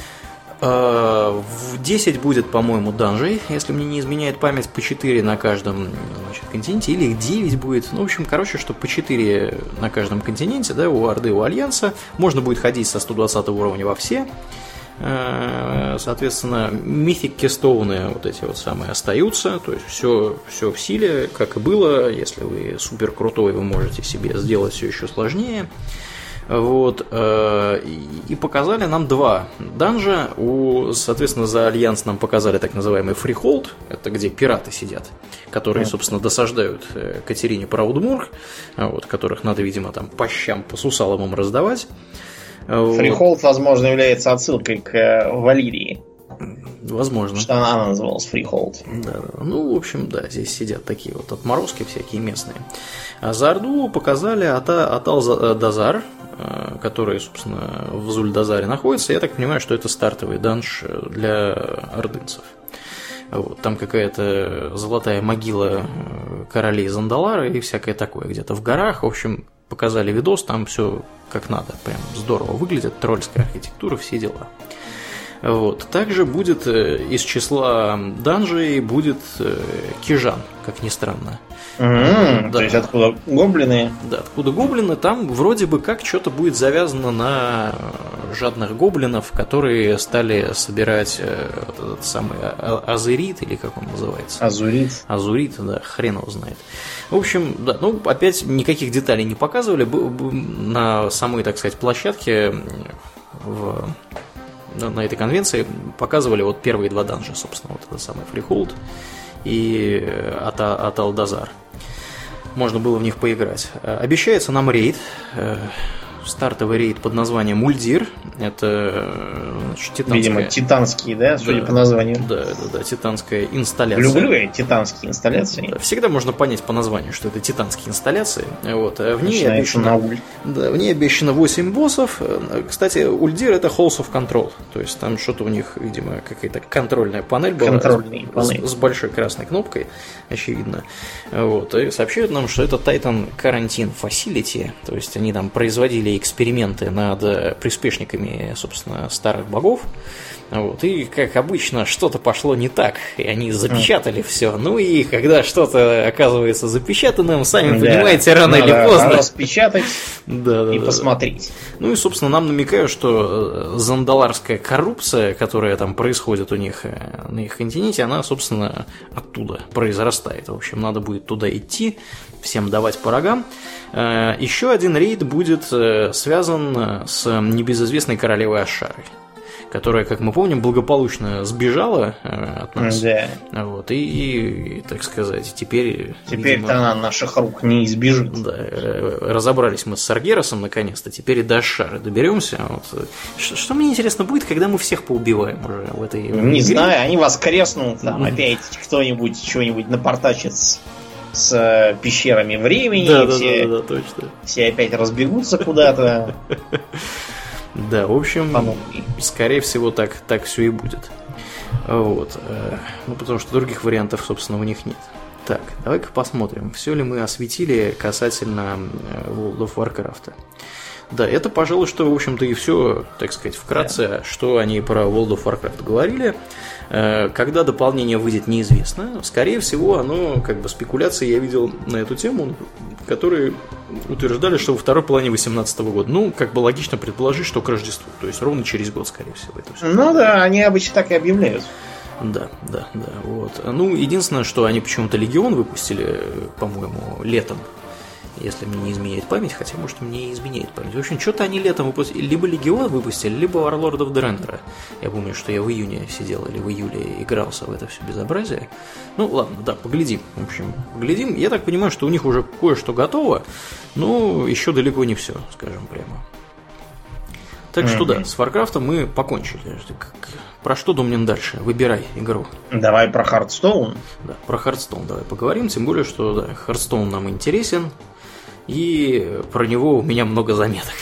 В 10 будет, по-моему, данжей, если мне не изменяет память, по 4 на каждом, значит, континенте, или их 9 будет. Ну, в общем, короче, что по 4 на каждом континенте, да, у Орды, у Альянса. Можно будет ходить со 120 уровня во все. Соответственно, мифик кестоуны вот эти вот самые остаются, то есть все в силе, как и было. Если вы супер крутой, вы можете себе сделать все еще сложнее. Вот, и показали нам 2 данжа. Соответственно, за Альянс нам показали так называемый Freehold, это где пираты сидят, которые, собственно, досаждают Катерине Праудмург, вот, которых надо, видимо, там по щам, по сусалам раздавать.
Freehold, возможно, является отсылкой к Валирии.
Возможно.
Что она называлась Freehold.
Да. Ну, в общем, да, здесь сидят такие вот отморозки всякие местные. А за Орду показали Атал-Дазар, который, собственно, в Зуль-Дазаре находится. Я так понимаю, что это стартовый данж для ордынцев. Вот, там какая-то золотая могила королей Зандалара и всякое такое где-то в горах. В общем, показали видос, там все как надо, прям здорово выглядит, тролльская архитектура, все дела. Вот. Также будет из числа данжей будет Кижан, как ни странно.
Да. То есть откуда гоблины?
Да, откуда гоблины. Там вроде бы как что-то будет завязано на жадных гоблинов, которые стали собирать этот самый азурит, или как он называется?
Азурит.
Азурит, да, хрен его знает. В общем, да, ну, опять никаких деталей не показывали. На самой, так сказать, площадке на этой конвенции показывали вот первые два данжа, собственно, вот это самый Freehold и Атал-Дазар. Можно было в них поиграть. Обещается нам рейд, стартовый рейд под названием Ульдир. Это, значит, титанская...
Видимо, титанские, да, судя по названию.
Да, титанская инсталляция.
Люблю я титанские инсталляции.
Да, всегда можно понять по названию, что это титанские инсталляции. Вот. В ней обещано 8 боссов. Кстати, Ульдир — это Halls of Control. То есть там что-то у них, видимо, какая-то контрольная панель была с большой красной кнопкой, очевидно. Вот. И сообщают нам, что это Titan Quarantine Facility. То есть они там производили эксперименты над приспешниками, собственно, старых богов. Вот. И, как обычно, что-то пошло не так, и они запечатали все. Ну и когда что-то оказывается запечатанным, сами понимаете, рано или поздно
распечатать и посмотреть.
Ну и, собственно, нам намекают, что зандаларская коррупция, которая там происходит у них на их континенте, она, собственно, оттуда произрастает. В общем, надо будет туда идти, всем давать по рогам. Еще один рейд будет связан с небезызвестной королевой Ашарой, которая, как мы помним, благополучно сбежала от нас.
Да.
Вот, и, так сказать, теперь
видимо, она наших рук не избежит.
Да, разобрались мы с Саргеросом наконец-то, теперь и до Ашары доберемся. Вот. Что мне интересно будет, когда мы всех поубиваем уже в этой игре?
Не знаю, они воскреснут, там опять кто-нибудь что-нибудь напортачит с пещерами времени.
Да, точно.
Все опять разбегутся куда-то.
Да, в общем, скорее всего, так все и будет. Вот. Ну, потому что других вариантов, собственно, у них нет. Так, давай-ка посмотрим, все ли мы осветили касательно World of Warcraft. Да, это, пожалуй, что, в общем-то, и все, так сказать, вкратце, что они про World of Warcraft говорили. Когда дополнение выйдет, неизвестно. Скорее всего, оно, как бы, спекуляции я видел на эту тему, которые утверждали, что во второй половине 2018 года. Ну, как бы логично предположить, что к Рождеству. То есть ровно через год, скорее всего, это все.
Ну да, они обычно так и объявляют.
Да, вот. Ну, единственное, что они почему-то Легион выпустили, по-моему, летом. Если мне не изменяет память, хотя, может, мне и изменяет память. В общем, что-то они летом выпустили. Либо Легион выпустили, либо Warlord of Draenor. Я помню, что я в июне сидел или в июле игрался в это все безобразие. Ну, ладно, да, поглядим. В общем, поглядим. Я так понимаю, что у них уже кое-что готово, но еще далеко не все, скажем прямо. Так что да, с Warcraft мы покончили. Про что думаем дальше? Выбирай игру.
Давай про Hearthstone.
Да, про Hearthstone давай поговорим. Тем более, что да, Hearthstone нам интересен. И про него у меня много заметок.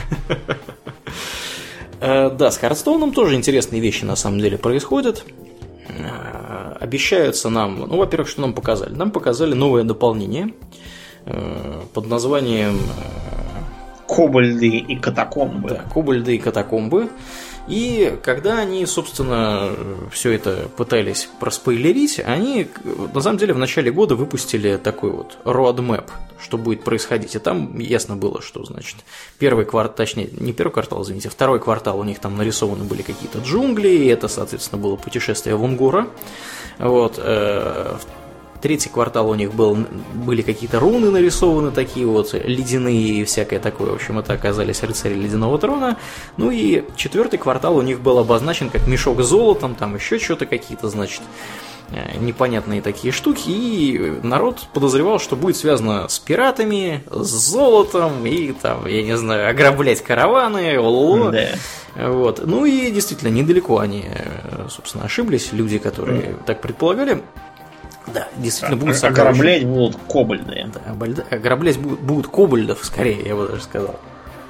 Да, с Hearthstone тоже интересные вещи на самом деле происходят. Обещаются нам... Ну, во-первых, что нам показали? Нам показали новое дополнение под названием...
Кобальды и катакомбы.
Да, кобальды и катакомбы. И когда они, собственно, все это пытались проспойлерить, они, на самом деле, в начале года выпустили такой вот roadmap, что будет происходить. И там ясно было, что, значит, первый квартал, точнее, не первый квартал, извините, второй квартал у них там нарисованы были какие-то джунгли, и это, соответственно, было путешествие в Унгора. Вот. Третий квартал у них были какие-то руны нарисованы, такие вот ледяные и всякое такое. В общем, это оказались рыцари Ледяного Трона. Ну и четвертый квартал у них был обозначен как мешок с золотом, там еще что-то какие-то, значит, непонятные такие штуки. И народ подозревал, что будет связано с пиратами, с золотом и там, я не знаю, ограблять караваны. Да. Вот. Ну и действительно, недалеко они, собственно, ошиблись, люди, которые так предполагали. Да, действительно будут сокровища.
Ограблять будут кобальды.
Да, ограблять будут кобальдов, скорее, я бы даже сказал.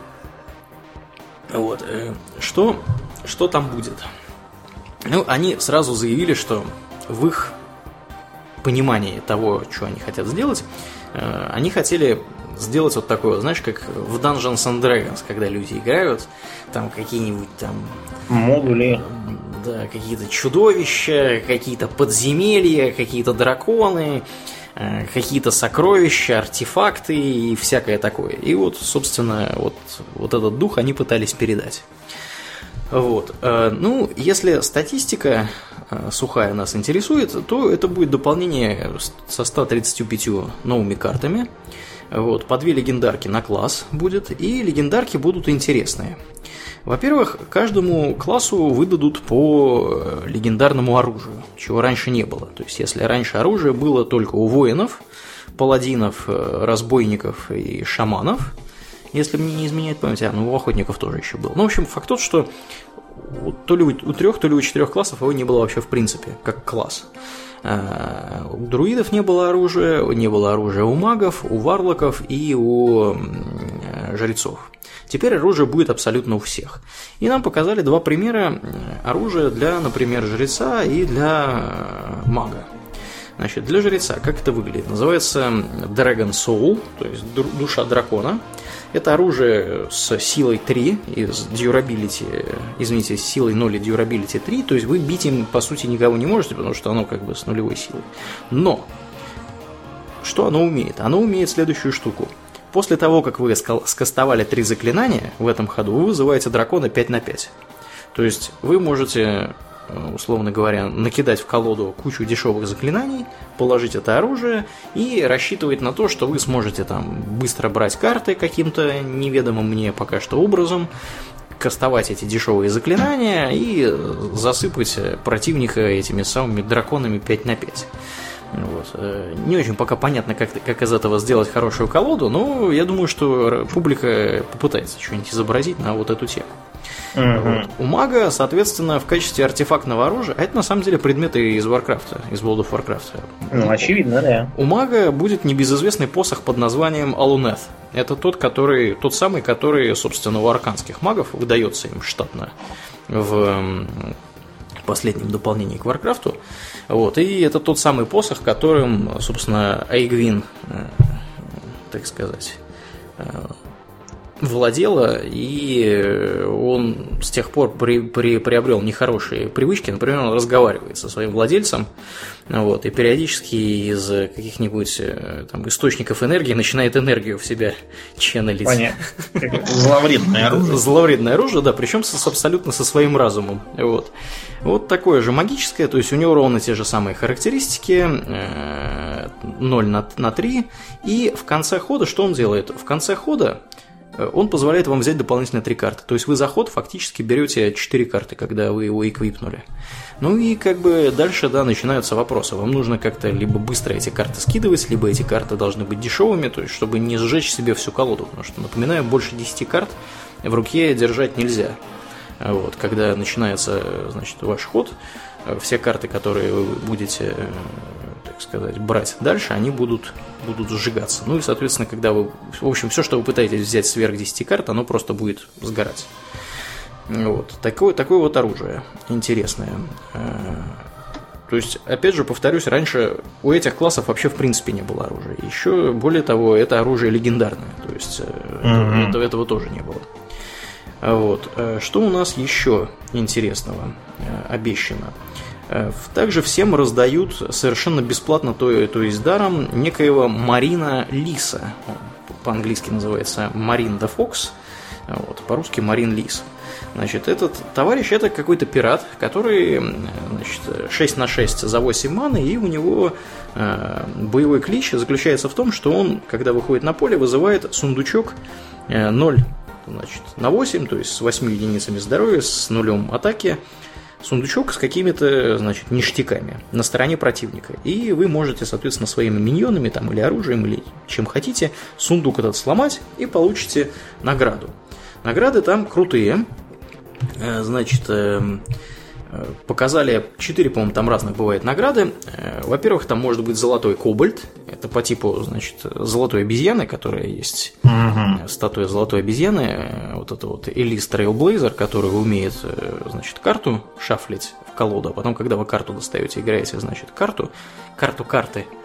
Вот. Что там будет? Ну, они сразу заявили, что в их понимании того, что они хотят сделать, они хотели сделать вот такое, знаешь, как в Dungeons and Dragons, когда люди играют, там какие-нибудь там
модули,
да, какие-то чудовища, какие-то подземелья, какие-то драконы, какие-то сокровища, артефакты и всякое такое. И вот, собственно, вот этот дух они пытались передать. Вот. Ну, если статистика сухая нас интересует, то это будет дополнение со 135 новыми картами. Вот. По 2 легендарки на класс будет, и легендарки будут интересные. Во-первых, каждому классу выдадут по легендарному оружию, чего раньше не было. То есть, если раньше оружие было только у воинов, паладинов, разбойников и шаманов, если мне не изменяет память, у охотников тоже еще был. Ну, в общем, факт тот, что то ли у 3, то ли у 4 классов его не было вообще в принципе, как класс. У друидов не было оружия у магов, у варлоков и у жрецов. Теперь оружие будет абсолютно у всех. И нам показали 2 примера оружия для, например, жреца и для мага. Значит, для жреца как это выглядит? Называется Dragon Soul, то есть душа дракона. Это оружие с силой 3 и с силой 0 и durability 3, то есть вы бить им, по сути, никого не можете, потому что оно как бы с нулевой силой. Но, что оно умеет? Оно умеет следующую штуку. После того, как вы скастовали 3 заклинания в этом ходу, вы вызываете дракона 5/5. То есть вы можете, условно говоря, накидать в колоду кучу дешевых заклинаний, положить это оружие и рассчитывать на то, что вы сможете там быстро брать карты каким-то неведомым мне пока что образом, кастовать эти дешевые заклинания и засыпать противника этими самыми драконами 5/5. Вот. Не очень пока понятно, как из этого сделать хорошую колоду, но я думаю, что публика попытается что-нибудь изобразить на вот эту тему. Вот. У мага, соответственно, в качестве артефактного оружия, а это на самом деле предметы из Warcraft, из World of Warcraft.
Ну, очевидно, да.
У мага будет небезызвестный посох под названием Aluneth. Это тот самый, который, собственно, у арканских магов выдается им штатно в последнем дополнении к Warcraft. Вот. И это тот самый посох, которым, собственно, Эйгвин, так сказать, владела, и он с тех пор приобрел нехорошие привычки. Например, он разговаривает со своим владельцем, вот, и периодически из каких-нибудь там источников энергии начинает энергию в себя ченнелить.
Понятно. Зловредное оружие.
Зловредное оружие, да, причем абсолютно со своим разумом. Вот такое же магическое, то есть у него ровно те же самые характеристики, 0 на 3, и в конце хода что он делает? В конце хода он позволяет вам взять дополнительно 3 карты. То есть вы за ход фактически берете 4 карты, когда вы его эквипнули. Ну и как бы дальше, да, начинаются вопросы. Вам нужно как-то либо быстро эти карты скидывать, либо эти карты должны быть дешевыми, то есть чтобы не сжечь себе всю колоду. Потому что, напоминаю, больше 10 карт в руке держать нельзя. Вот, когда начинается, значит, ваш ход, все карты, которые вы будете, так сказать, брать дальше, они будут сжигаться. Ну и, соответственно, когда вы... В общем, все, что вы пытаетесь взять сверх 10 карт, оно просто будет сгорать. Вот. Такое вот оружие интересное. То есть, опять же, повторюсь, раньше у этих классов вообще в принципе не было оружия. Еще, более того, это оружие легендарное. То есть, этого тоже не было. Вот. Что у нас еще интересного обещано? Также всем раздают совершенно бесплатно, то есть даром, некоего Марина Лиса. По-английски называется Марин де Фокс, вот, по-русски Марин Лис. Значит, этот товарищ — это какой-то пират, который, значит, 6 на 6 за 8 маны, и у него боевой клич заключается в том, что он, когда выходит на поле, вызывает сундучок 0, значит, на 8, то есть с 8 единицами здоровья, с 0 атаки, сундучок с какими-то, значит, ништяками на стороне противника. И вы можете, соответственно, своими миньонами там, или оружием, или чем хотите, сундук этот сломать и получите награду. Награды там крутые. Значит, показали 4, по-моему, там разных бывает награды. Во-первых, там может быть золотой кобальт. Это по типу, значит, золотой обезьяны, которая есть. Статуя золотой обезьяны. Вот это вот Элис Трейлблейзер, который умеет, значит, карту шафлить в колоду. А потом, когда вы карту достаете, играете, значит, карту карты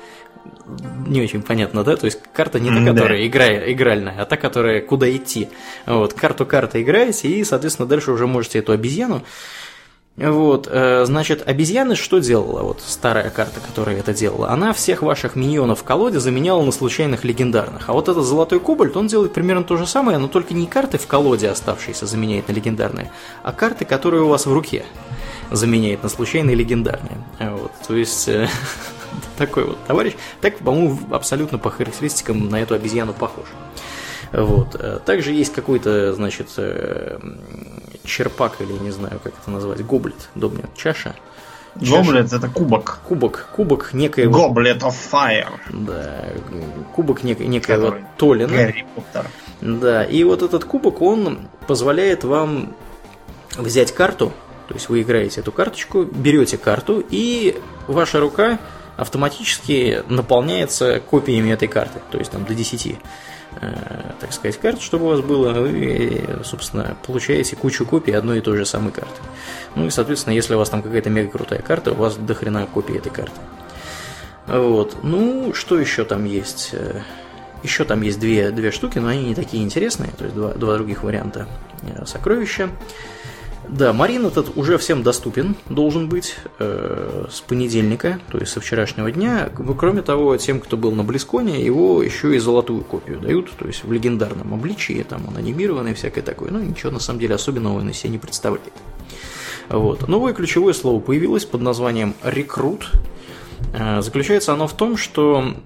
не очень понятно, да? То есть карта не та, которая игральная, а та, которая куда идти. Вот, карту играете, и, соответственно, дальше уже можете эту обезьяну. Вот, значит, обезьяна что делала? Вот старая карта, которая это делала, она всех ваших миньонов в колоде заменяла на случайных легендарных. А вот этот золотой кобальт, он делает примерно то же самое, но только не карты в колоде оставшиеся заменяет на легендарные, а карты, которые у вас в руке, заменяет на случайные легендарные. Вот, то есть такой вот товарищ, так, по-моему, абсолютно по характеристикам на эту обезьяну похож. Вот. Также есть какой-то, значит, черпак, или не знаю, как это назвать, гоблет, домнит, чаша.
Гоблет — это кубок.
Кубок некоего...
Goblet of Fire.
Да, кубок некоего Толлина.
Гарри Поттер.
Да, и вот этот кубок, он позволяет вам взять карту, то есть вы играете эту карточку, берете карту, и ваша рука автоматически наполняется копиями этой карты, то есть там до 10, так сказать, карт, чтобы у вас было, вы, собственно, получаете кучу копий одной и той же самой карты. Ну и, соответственно, если у вас там какая-то мега крутая карта, у вас дохрена копии этой карты. Вот. Ну, что еще там есть? Еще там есть две штуки, но они не такие интересные, то есть два других варианта сокровища. Да, Марин этот уже всем доступен, должен быть, с понедельника, то есть со вчерашнего дня. Кроме того, тем, кто был на Близконе, его еще и золотую копию дают, то есть в легендарном обличии, там он анимированный, всякое такое. Ну, ничего на самом деле особенного он из себя не представляет. Вот. Новое ключевое слово появилось под названием «рекрут». Заключается оно в том, что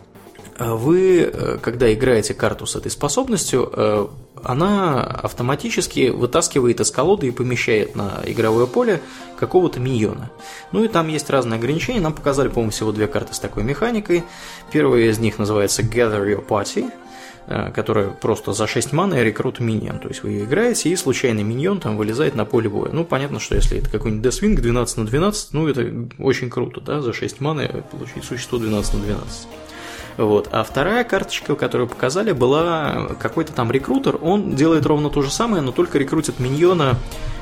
вы, когда играете карту с этой способностью, она автоматически вытаскивает из колоды и помещает на игровое поле какого-то миньона. Ну и там есть разные ограничения. Нам показали, по-моему, всего 2 карты с такой механикой. Первая из них называется Gather Your Party, которая просто за 6 маны рекрут миньон. То есть вы ее играете, и случайный миньон там вылезает на поле боя. Ну, понятно, что если это какой-нибудь Deathwing 12 на 12, ну, это очень круто, да, за 6 маны получить существо 12 на 12. Вот. А вторая карточка, которую показали, была какой-то там рекрутер. Он делает ровно то же самое, но только рекрутит миньона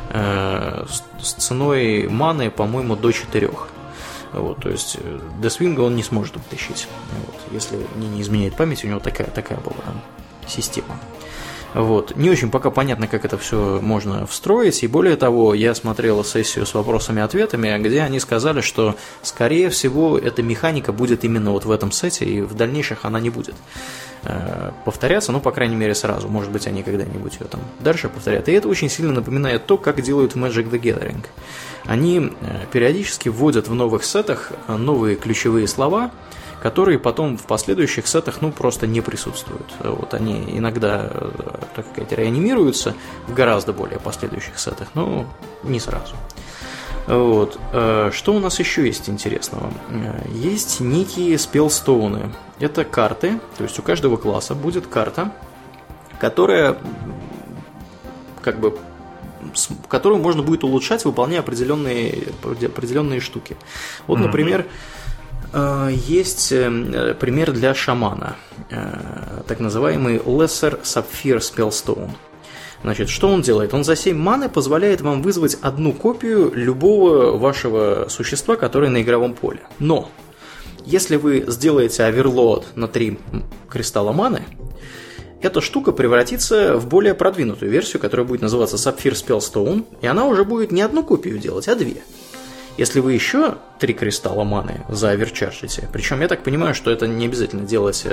с ценой маны, по-моему, до 4. Вот, то есть Deathwing он не сможет утащить. Вот, если мне не изменяет память, у него такая была там система. Вот. Не очень пока понятно, как это все можно встроить, и более того, я смотрел сессию с вопросами-ответами, где они сказали, что, скорее всего, эта механика будет именно вот в этом сете, и в дальнейших она не будет повторяться, ну, по крайней мере, сразу. Может быть, они когда-нибудь ее там дальше повторят. И это очень сильно напоминает то, как делают Magic the Gathering. Они периодически вводят в новых сетах новые ключевые слова, которые потом в последующих сетах, ну, просто не присутствуют. Вот они иногда, так сказать, реанимируются в гораздо более последующих сетах, но не сразу. Вот. Что у нас еще есть интересного? Есть некие спелстоуны. Это карты, то есть у каждого класса будет карта, которая, как бы, которую можно будет улучшать, выполняя определенные штуки. Вот, например, есть пример для шамана, так называемый Lesser Sapphire Spellstone. Значит, что он делает? Он за 7 маны позволяет вам вызвать одну копию любого вашего существа, которое на игровом поле. Но, если вы сделаете оверлоад на 3 кристалла маны, эта штука превратится в более продвинутую версию, которая будет называться Sapphire Spellstone, и она уже будет не одну копию делать, а 2. Если вы еще 3 кристалла маны заоверчаржите, причем я так понимаю, что это не обязательно делать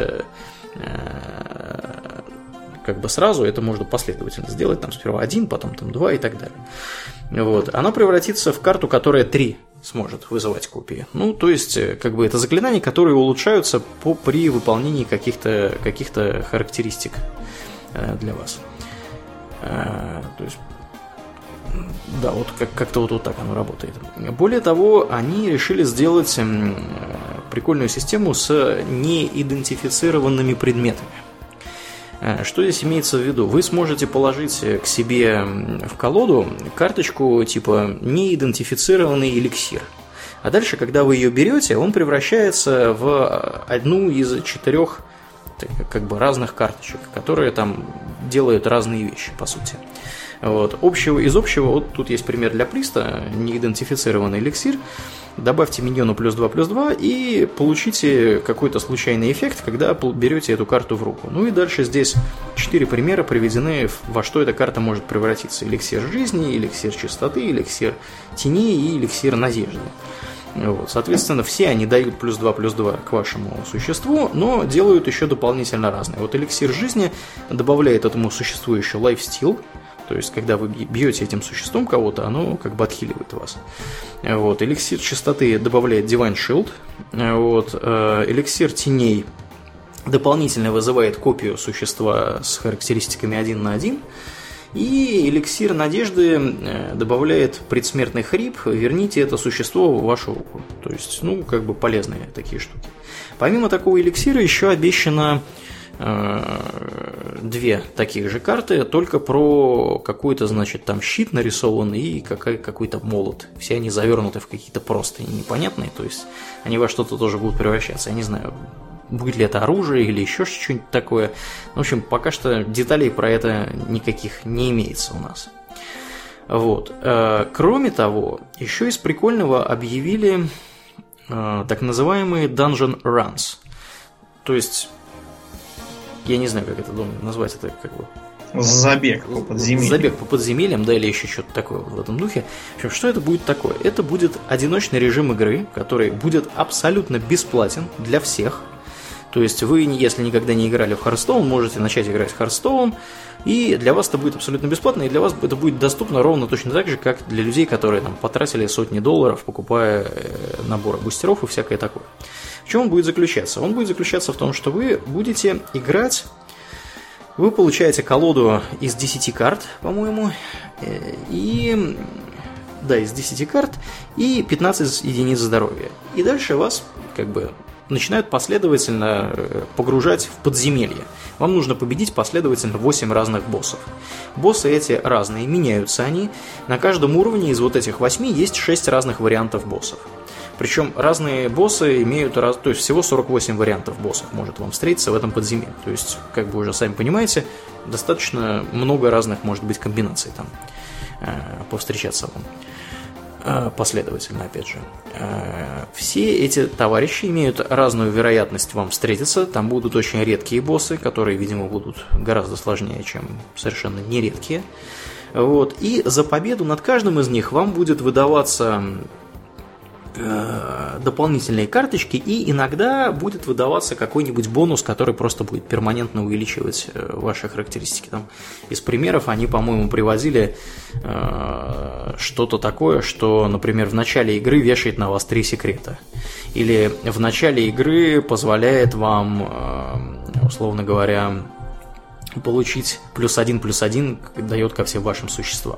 как бы сразу, это можно последовательно сделать, там сперва 1, потом там 2 и так далее. Вот. Она превратится в карту, которая 3 сможет вызывать копии. Ну, то есть, как бы это заклинания, которые улучшаются при выполнении каких-то характеристик для вас. То есть, да, вот как-то вот так оно работает. Более того, они решили сделать прикольную систему с неидентифицированными предметами. Что здесь имеется в виду? Вы сможете положить к себе в колоду карточку типа неидентифицированный эликсир. А дальше, когда вы ее берете, он превращается в одну из 4 как бы разных карточек, которые там делают разные вещи, по сути. Вот. Из общего, вот тут есть пример для Приста, неидентифицированный эликсир. Добавьте миньону +2/+2 и получите какой-то случайный эффект, когда берете эту карту в руку. Ну и дальше здесь 4 примера приведены, во что эта карта может превратиться. Эликсир жизни, эликсир чистоты, эликсир теней и эликсир надежды. Вот. Соответственно, все они дают +2/+2 к вашему существу, но делают еще дополнительно разные. Вот эликсир жизни добавляет этому существу еще лайфстил. То есть, когда вы бьете этим существом кого-то, оно как бы отхиливает вас. Вот. Эликсир чистоты добавляет Divine Shield. Вот. Эликсир теней дополнительно вызывает копию существа с характеристиками 1 на 1. И эликсир надежды добавляет предсмертный хрип. Верните это существо в вашу руку. То есть, ну, как бы полезные такие штуки. Помимо такого эликсира еще обещано 2 таких же карты, только про какой-то, значит, там щит нарисован и какой-то молот. Все они завернуты в какие-то простыни непонятные, то есть они во что-то тоже будут превращаться. Я не знаю, будет ли это оружие или еще что-нибудь такое. В общем, пока что деталей про это никаких не имеется у нас. Вот. Кроме того, еще из прикольного объявили так называемые Dungeon Runs. То есть, я не знаю, как это назвать, это как бы...
Забег по подземельям.
Забег по подземельям, да, или еще что-то такое в этом духе. В общем, что это будет такое? Это будет одиночный режим игры, который будет абсолютно бесплатен для всех. То есть вы, если никогда не играли в Hearthstone, можете начать играть в Hearthstone, и для вас это будет абсолютно бесплатно, и для вас это будет доступно ровно точно так же, как для людей, которые там потратили сотни долларов, покупая наборы бустеров и всякое такое. В чем он будет заключаться? Он будет заключаться в том, что вы будете играть, вы получаете колоду из 10 карт, по-моему, и... Да, из 10 карт и 15 единиц здоровья. И дальше вас, как бы, начинают последовательно погружать в подземелье. Вам нужно победить последовательно 8 разных боссов. Боссы эти разные, меняются они. На каждом уровне из вот этих 8 есть 6 разных вариантов боссов. Причем разные боссы имеют, то есть всего 48 вариантов боссов может вам встретиться в этом подземелье. То есть, как вы уже сами понимаете, достаточно много разных может быть комбинаций там повстречаться вам. Последовательно, опять же. Все эти товарищи имеют разную вероятность вам встретиться. Там будут очень редкие боссы, которые, видимо, будут гораздо сложнее, чем совершенно нередкие. Вот. И за победу над каждым из них вам будет выдаваться дополнительные карточки, и иногда будет выдаваться какой-нибудь бонус, который просто будет перманентно увеличивать ваши характеристики. Там из примеров они, по-моему, приводили что-то такое, что, например, в начале игры вешает на вас 3 секрета. Или в начале игры позволяет вам, условно говоря, получить +1/+1, дает ко всем вашим существам.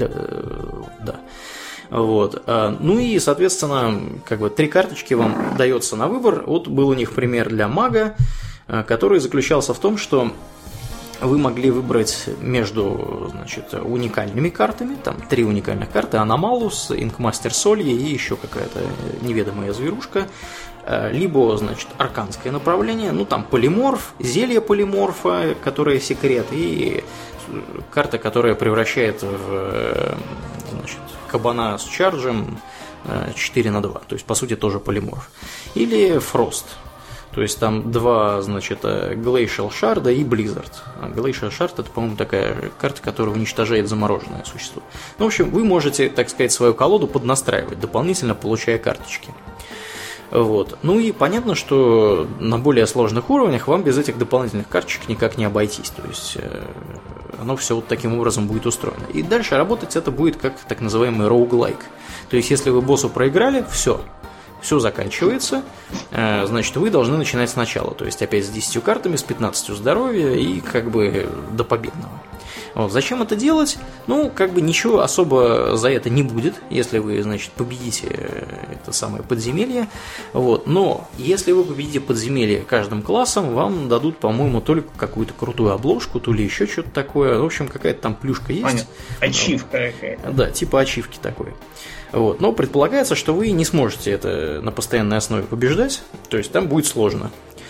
Да. Вот. Ну и, соответственно, как бы 3 карточки вам дается на выбор. Вот был у них пример для мага, который заключался в том, что вы могли выбрать между, значит, уникальными картами, там 3 уникальных карты: Аномалус, Инкмастер Солье и еще какая-то неведомая зверушка, либо, значит, арканское направление, ну там полиморф, зелье полиморфа, которое секрет, и карта, которая превращает в, значит, кабана с чарджем 4 на 2, то есть, по сути, тоже полиморф. Или Фрост, то есть, там 2, значит, Glacial Shard и Blizzard. Glacial Shard — это, по-моему, такая карта, которая уничтожает замороженное существо. Ну, в общем, вы можете, так сказать, свою колоду поднастраивать, дополнительно получая карточки. Вот. Ну и понятно, что на более сложных уровнях вам без этих дополнительных карточек никак не обойтись. То есть оно все вот таким образом будет устроено. И дальше работать это будет как так называемый roguelike. То есть если вы боссу проиграли, все заканчивается, значит, вы должны начинать сначала. То есть опять с 10 картами, с 15 здоровья и как бы до победного. Вот. Зачем это делать? Ну, как бы ничего особо за это не будет, если вы, значит, победите это самое подземелье. Вот. Но если вы победите подземелье каждым классом, вам дадут, по-моему, то ли какую-то крутую обложку, то ли еще что-то такое. В общем, какая-то там плюшка есть.
Понятно. Ачивка какая-то.
Да, типа ачивки такой. Вот. Но предполагается, что вы не сможете это на постоянной основе побеждать, то есть там будет сложно.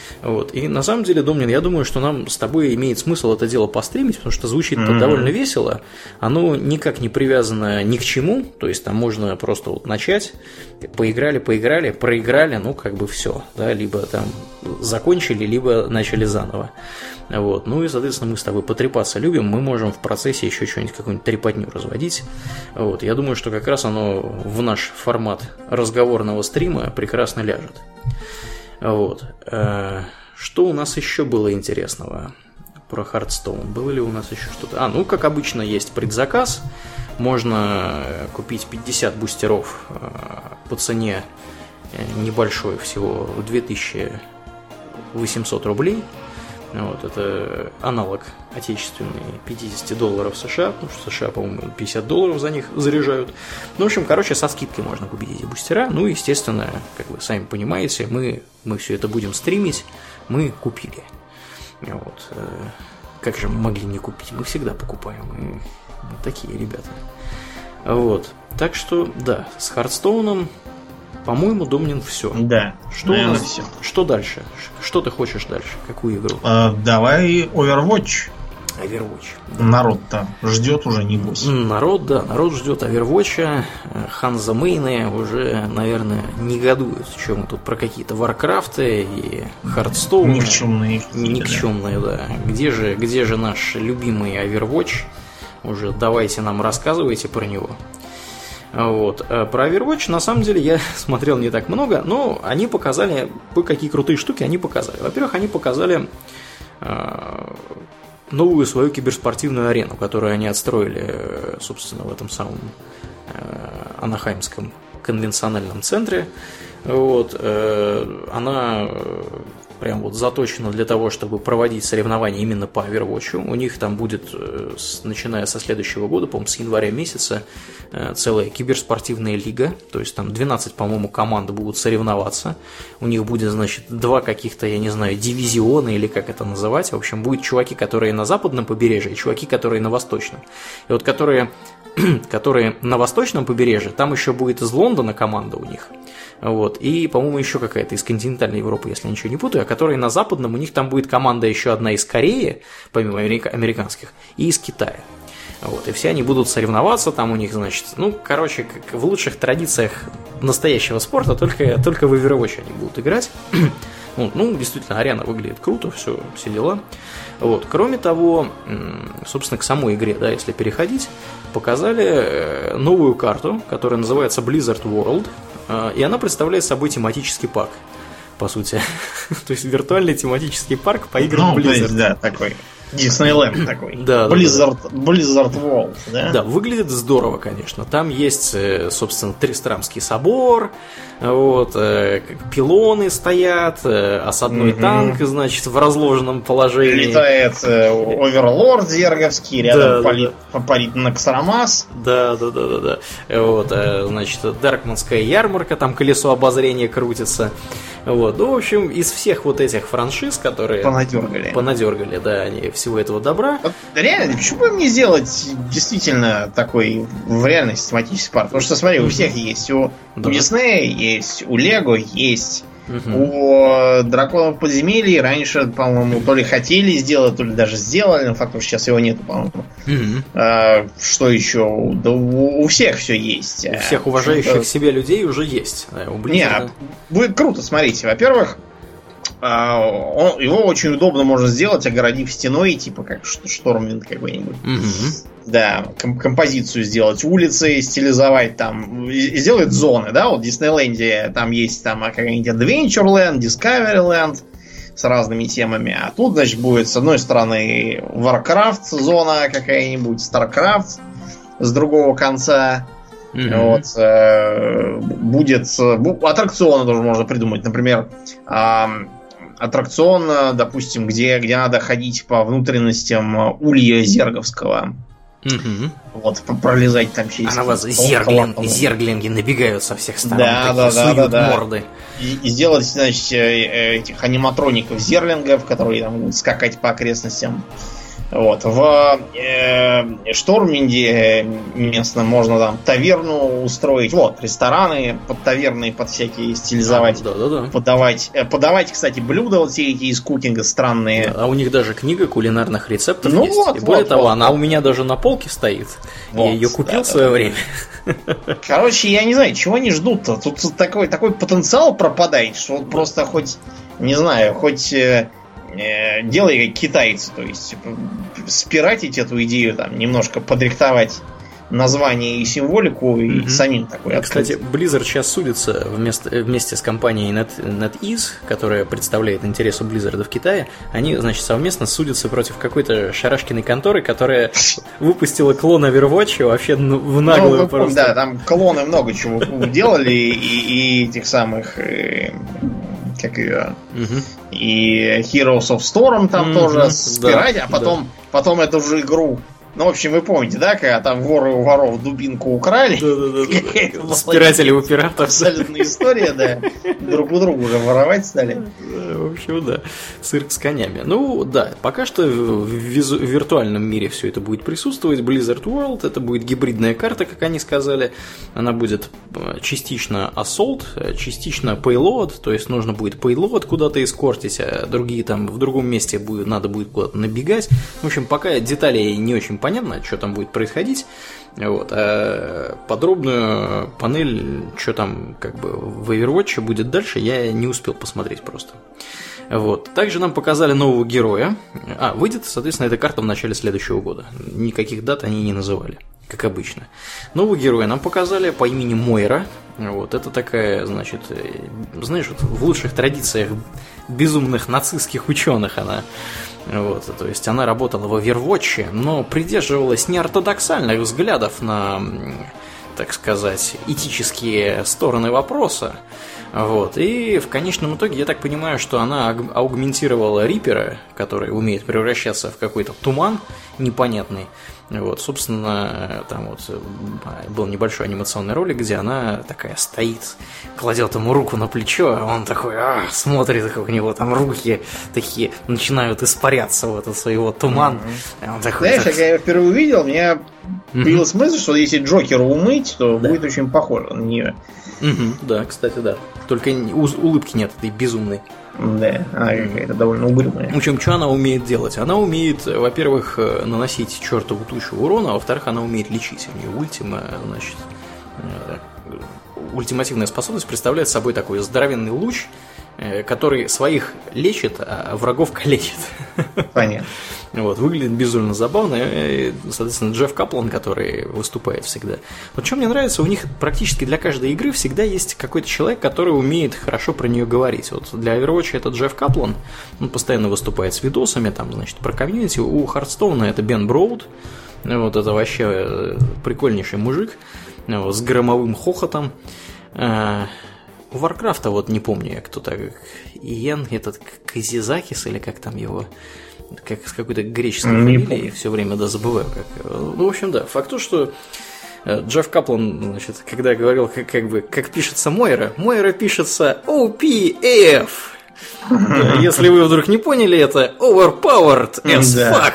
Вот. И на самом деле, Домнин, я думаю, что нам с тобой имеет смысл это дело постримить, потому что звучит довольно весело, оно никак не привязано ни к чему, то есть там можно просто вот начать, поиграли, проиграли, ну как бы все, да, либо там закончили, либо начали заново. Вот. Ну и, соответственно, мы с тобой потрепаться любим, мы можем в процессе еще что-нибудь, какую-нибудь трепотню разводить. Вот. Я думаю, что как раз оно в наш формат разговорного стрима прекрасно ляжет. Вот. Что у нас еще было интересного про Hearthstone? Было ли у нас еще что-то? Ну, как обычно, есть предзаказ. Можно купить 50 бустеров по цене небольшой, всего 2800 рублей. Вот, это аналог отечественный $50 США, потому что США, по-моему, $50 за них заряжают. Ну, в общем, короче, со скидкой можно купить эти бустера. Ну, естественно, как вы сами понимаете, мы все это будем стримить, мы купили. Вот. Как же мы могли не купить? Мы всегда покупаем, мы такие ребята. Вот. Так что, да, с Hearthstone'ом, по-моему, Домнин, все.
Да,
что у нас все. Что дальше? Что ты хочешь дальше? Какую игру?
Давай Overwatch.
Overwatch.
Народ-то ждет уже, небось.
Народ ждет Overwatch'а. Ханзамейны уже, наверное, негодуют. Что мы тут про какие-то Варкрафты и Hearthstone. Никчемные, да. Где же наш любимый Overwatch? Уже давайте нам рассказывайте про него. Вот. Про Overwatch, на самом деле, я смотрел не так много, но они показали, какие крутые штуки они показали. Во-первых, они показали новую свою киберспортивную арену, которую они отстроили, собственно, в этом самом Анахаймском конвенциональном центре. Вот. Она прям вот заточена для того, чтобы проводить соревнования именно по Overwatch. У них там будет, начиная со следующего года, по-моему, с января месяца, целая киберспортивная лига. То есть там 12, по-моему, команд будут соревноваться. У них будет, значит, 2 каких-то, я не знаю, дивизиона или как это называть. В общем, будут чуваки, которые на западном побережье, и чуваки, которые на восточном. И вот которые на восточном побережье, там еще будет из Лондона команда у них. Вот. И, по-моему, еще какая-то из континентальной Европы, если я ничего не путаю, а которые на западном, у них там будет команда еще одна из Кореи, помимо американских, и из Китая. Вот. И все они будут соревноваться, там у них, значит, короче, как в лучших традициях настоящего спорта, только в Overwatch они будут играть. Действительно, арена выглядит круто, все дела. Вот. Кроме того, собственно, к самой игре, да, если переходить, показали новую карту, которая называется Blizzard World, и она представляет собой тематический парк, по сути. То есть виртуальный тематический парк по играм Blizzard. То есть,
да, такой Диснейленд такой. Да, Blizzard World, да?
Да, выглядит здорово, конечно. Там есть, собственно, Трестрамский собор, вот, пилоны стоят, осадной танк, значит, в разложенном положении.
Летает Оверлорд Зерговский, рядом парит Наксарамас.
Да. Вот, значит, Даркманская ярмарка, там колесо обозрения крутится. Вот, в общем, из всех вот этих франшиз, которые понадергали, да, они всего этого добра.
Вот, реально, почему бы мне сделать действительно такой в реальности тематический парк? Потому что, смотри, у всех есть. У Диснея есть, у Лего есть, у Драконов подземелий раньше, по-моему, то ли хотели сделать, то ли даже сделали, но фактом сейчас его нету, по-моему. Что еще? Да у всех все есть.
У всех уважающих себя людей уже есть.
Будет круто, смотрите. Во-первых, его очень удобно можно сделать, огородив стеной, типа как Штормвинд какой-нибудь. Да, композицию сделать, улицы стилизовать там, сделать зоны, да, вот в Диснейленде там есть там какая-нибудь Adventureland, Discoveryland с разными темами, а тут, значит, будет с одной стороны Warcraft зона какая-нибудь, Starcraft с другого конца. Вот, будет аттракционы тоже можно придумать, например, аттракцион, допустим, где надо ходить по внутренностям Улья Зерговского. Вот, пролезать там через...
А на вас зерглинги набегают со всех сторон, суют морды.
И сделать, значит, этих аниматроников зерлингов, которые там будут скакать по окрестностям Вот. В Штормвинде местном можно там таверну устроить. Вот, рестораны под таверны, под всякие стилизовать.
Да.
Подавать, кстати, блюда вот все эти из кукинга странные.
А у них даже книга кулинарных рецептов есть. И более того, она у меня даже на полке стоит. Я ее купил в свое время.
Короче, я не знаю, чего они ждут-то. Тут такой потенциал пропадает, что вот просто хоть, не знаю, хоть... делай как китайцы, то есть спиратить эту идею, там, немножко подрихтовать название и символику, и самим такой открыть.
Кстати, Blizzard сейчас судится вместе с компанией NetEase, которая представляет интересы Blizzard в Китае. Они, значит, совместно судятся против какой-то шарашкиной конторы, которая выпустила клон Overwatch вообще в наглую просто.
Да, там клоны много чего делали, и этих самых... как ее, и Heroes of Storm там тоже спирать, а потом эту же игру. Ну, в общем, вы помните, да, когда там воры у воров дубинку украли?
Да. Спиратели у пиратов.
Абсолютная история, да. Друг у друга уже воровать стали.
В общем, да. Цирк с конями. Ну, да, пока что в виртуальном мире все это будет присутствовать. Blizzard World, это будет гибридная карта, как они сказали. Она будет частично Assault, частично Payload, то есть нужно будет Payload куда-то эскортить, а другие там в другом месте надо будет куда-то набегать. В общем, пока деталей не очень понятно, что там будет происходить. Вот. А подробную панель, что там как бы в Overwatch будет дальше, я не успел посмотреть просто. Вот. Также нам показали нового героя. Выйдет, соответственно, эта карта в начале следующего года. Никаких дат они не называли, как обычно. Нового героя нам показали по имени Мойра. Вот. Это такая, значит, знаешь, вот в лучших традициях безумных нацистских ученых она. Вот, то есть она работала в Overwatch, но придерживалась неортодоксальных взглядов на, так сказать, этические стороны вопроса. Вот, и в конечном итоге, я так понимаю, что она аугментировала Риппера, который умеет превращаться в какой-то туман непонятный. Вот, собственно, там вот был небольшой анимационный ролик, где она такая стоит, кладет ему руку на плечо, а он такой смотрит, как у него там руки такие начинают испаряться в этот своего туман. Он такой,
знаешь, как я его впервые увидел, у меня появилась мысль, что если Джокера умыть, то будет очень похоже на нее.
Да, кстати, да. Только улыбки нет этой безумной.
Да, она какая-то довольно угрюмая.
В общем, что она умеет делать? Она умеет, во-первых, наносить чертову тучу урона, а во-вторых, она умеет лечить. У нее ультимативная способность представляет собой такой здоровенный луч, который своих лечит, а врагов калечит.
Понятно.
Вот, выглядит безумно забавно. И, соответственно, Джефф Каплан, который выступает всегда. Вот что мне нравится, у них практически для каждой игры всегда есть какой-то человек, который умеет хорошо про нее говорить. Вот для Overwatch это Джефф Каплан, он постоянно выступает с видосами, там, значит, про комьюнити. У Хардстоуна это Бен Броуд, вот это вообще прикольнейший мужик, вот, с громовым хохотом. У Варкрафта вот не помню я, кто так, Иен, этот Казизакис или как там его, как с какой-то греческой фамилией, все время забываю. Ну, в общем, да, факт то, что Джефф Каплан, значит, когда говорил, как пишется Мойра пишется OPAF. Если вы вдруг не поняли, это overpowered as fuck.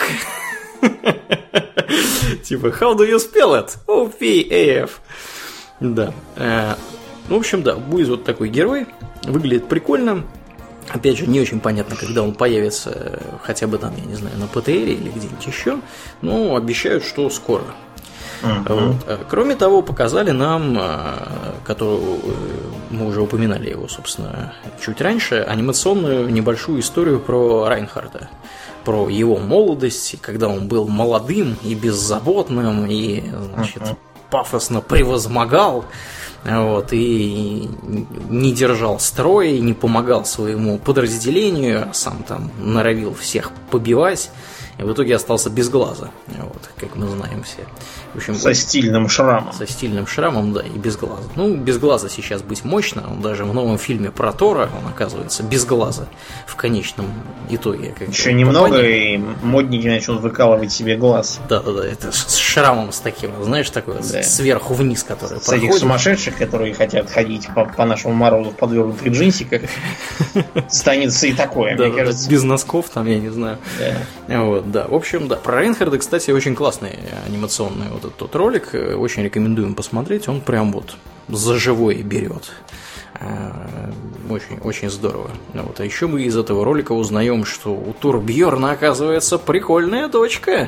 Типа, how do you spell it? OPAF. Да. В общем, да, будет вот такой герой. Выглядит прикольно. Опять же, не очень понятно, когда он появится, хотя бы там, я не знаю, на ПТР или где-нибудь еще. Но обещают, что скоро. Вот. Кроме того, показали нам, которую мы уже упоминали его, собственно, чуть раньше, анимационную небольшую историю про Райнхарда. Про его молодость, когда он был молодым и беззаботным, и, значит, пафосно превозмогал. Вот, и не держал строя, и не помогал своему подразделению, а сам там норовил всех побивать, и в итоге остался без глаза, вот, как мы знаем все. В общем,
со стильным шрамом.
Со стильным шрамом, да, и без глаза. Ну, без глаза сейчас быть мощно, он даже в новом фильме про Тора, он оказывается без глаза в конечном итоге.
Еще немного, и модники начнут выкалывать себе глаз.
Да-да-да, это с шрамом с таким, знаешь, такой вот, сверху вниз, который
с проходит. Этих сумасшедших, которые хотят ходить по нашему морозу в подвернутых джинсиках, станется и такое, мне кажется.
Без носков там, я не знаю. Вот, Да, в общем, да. Про Рейнхарда, кстати, очень классный анимационный вот этот тот ролик. Очень рекомендуем посмотреть. Он прям вот за живое берет. Очень, очень здорово. Вот. А еще мы из этого ролика узнаем, что у Турбьерна, оказывается, прикольная дочка.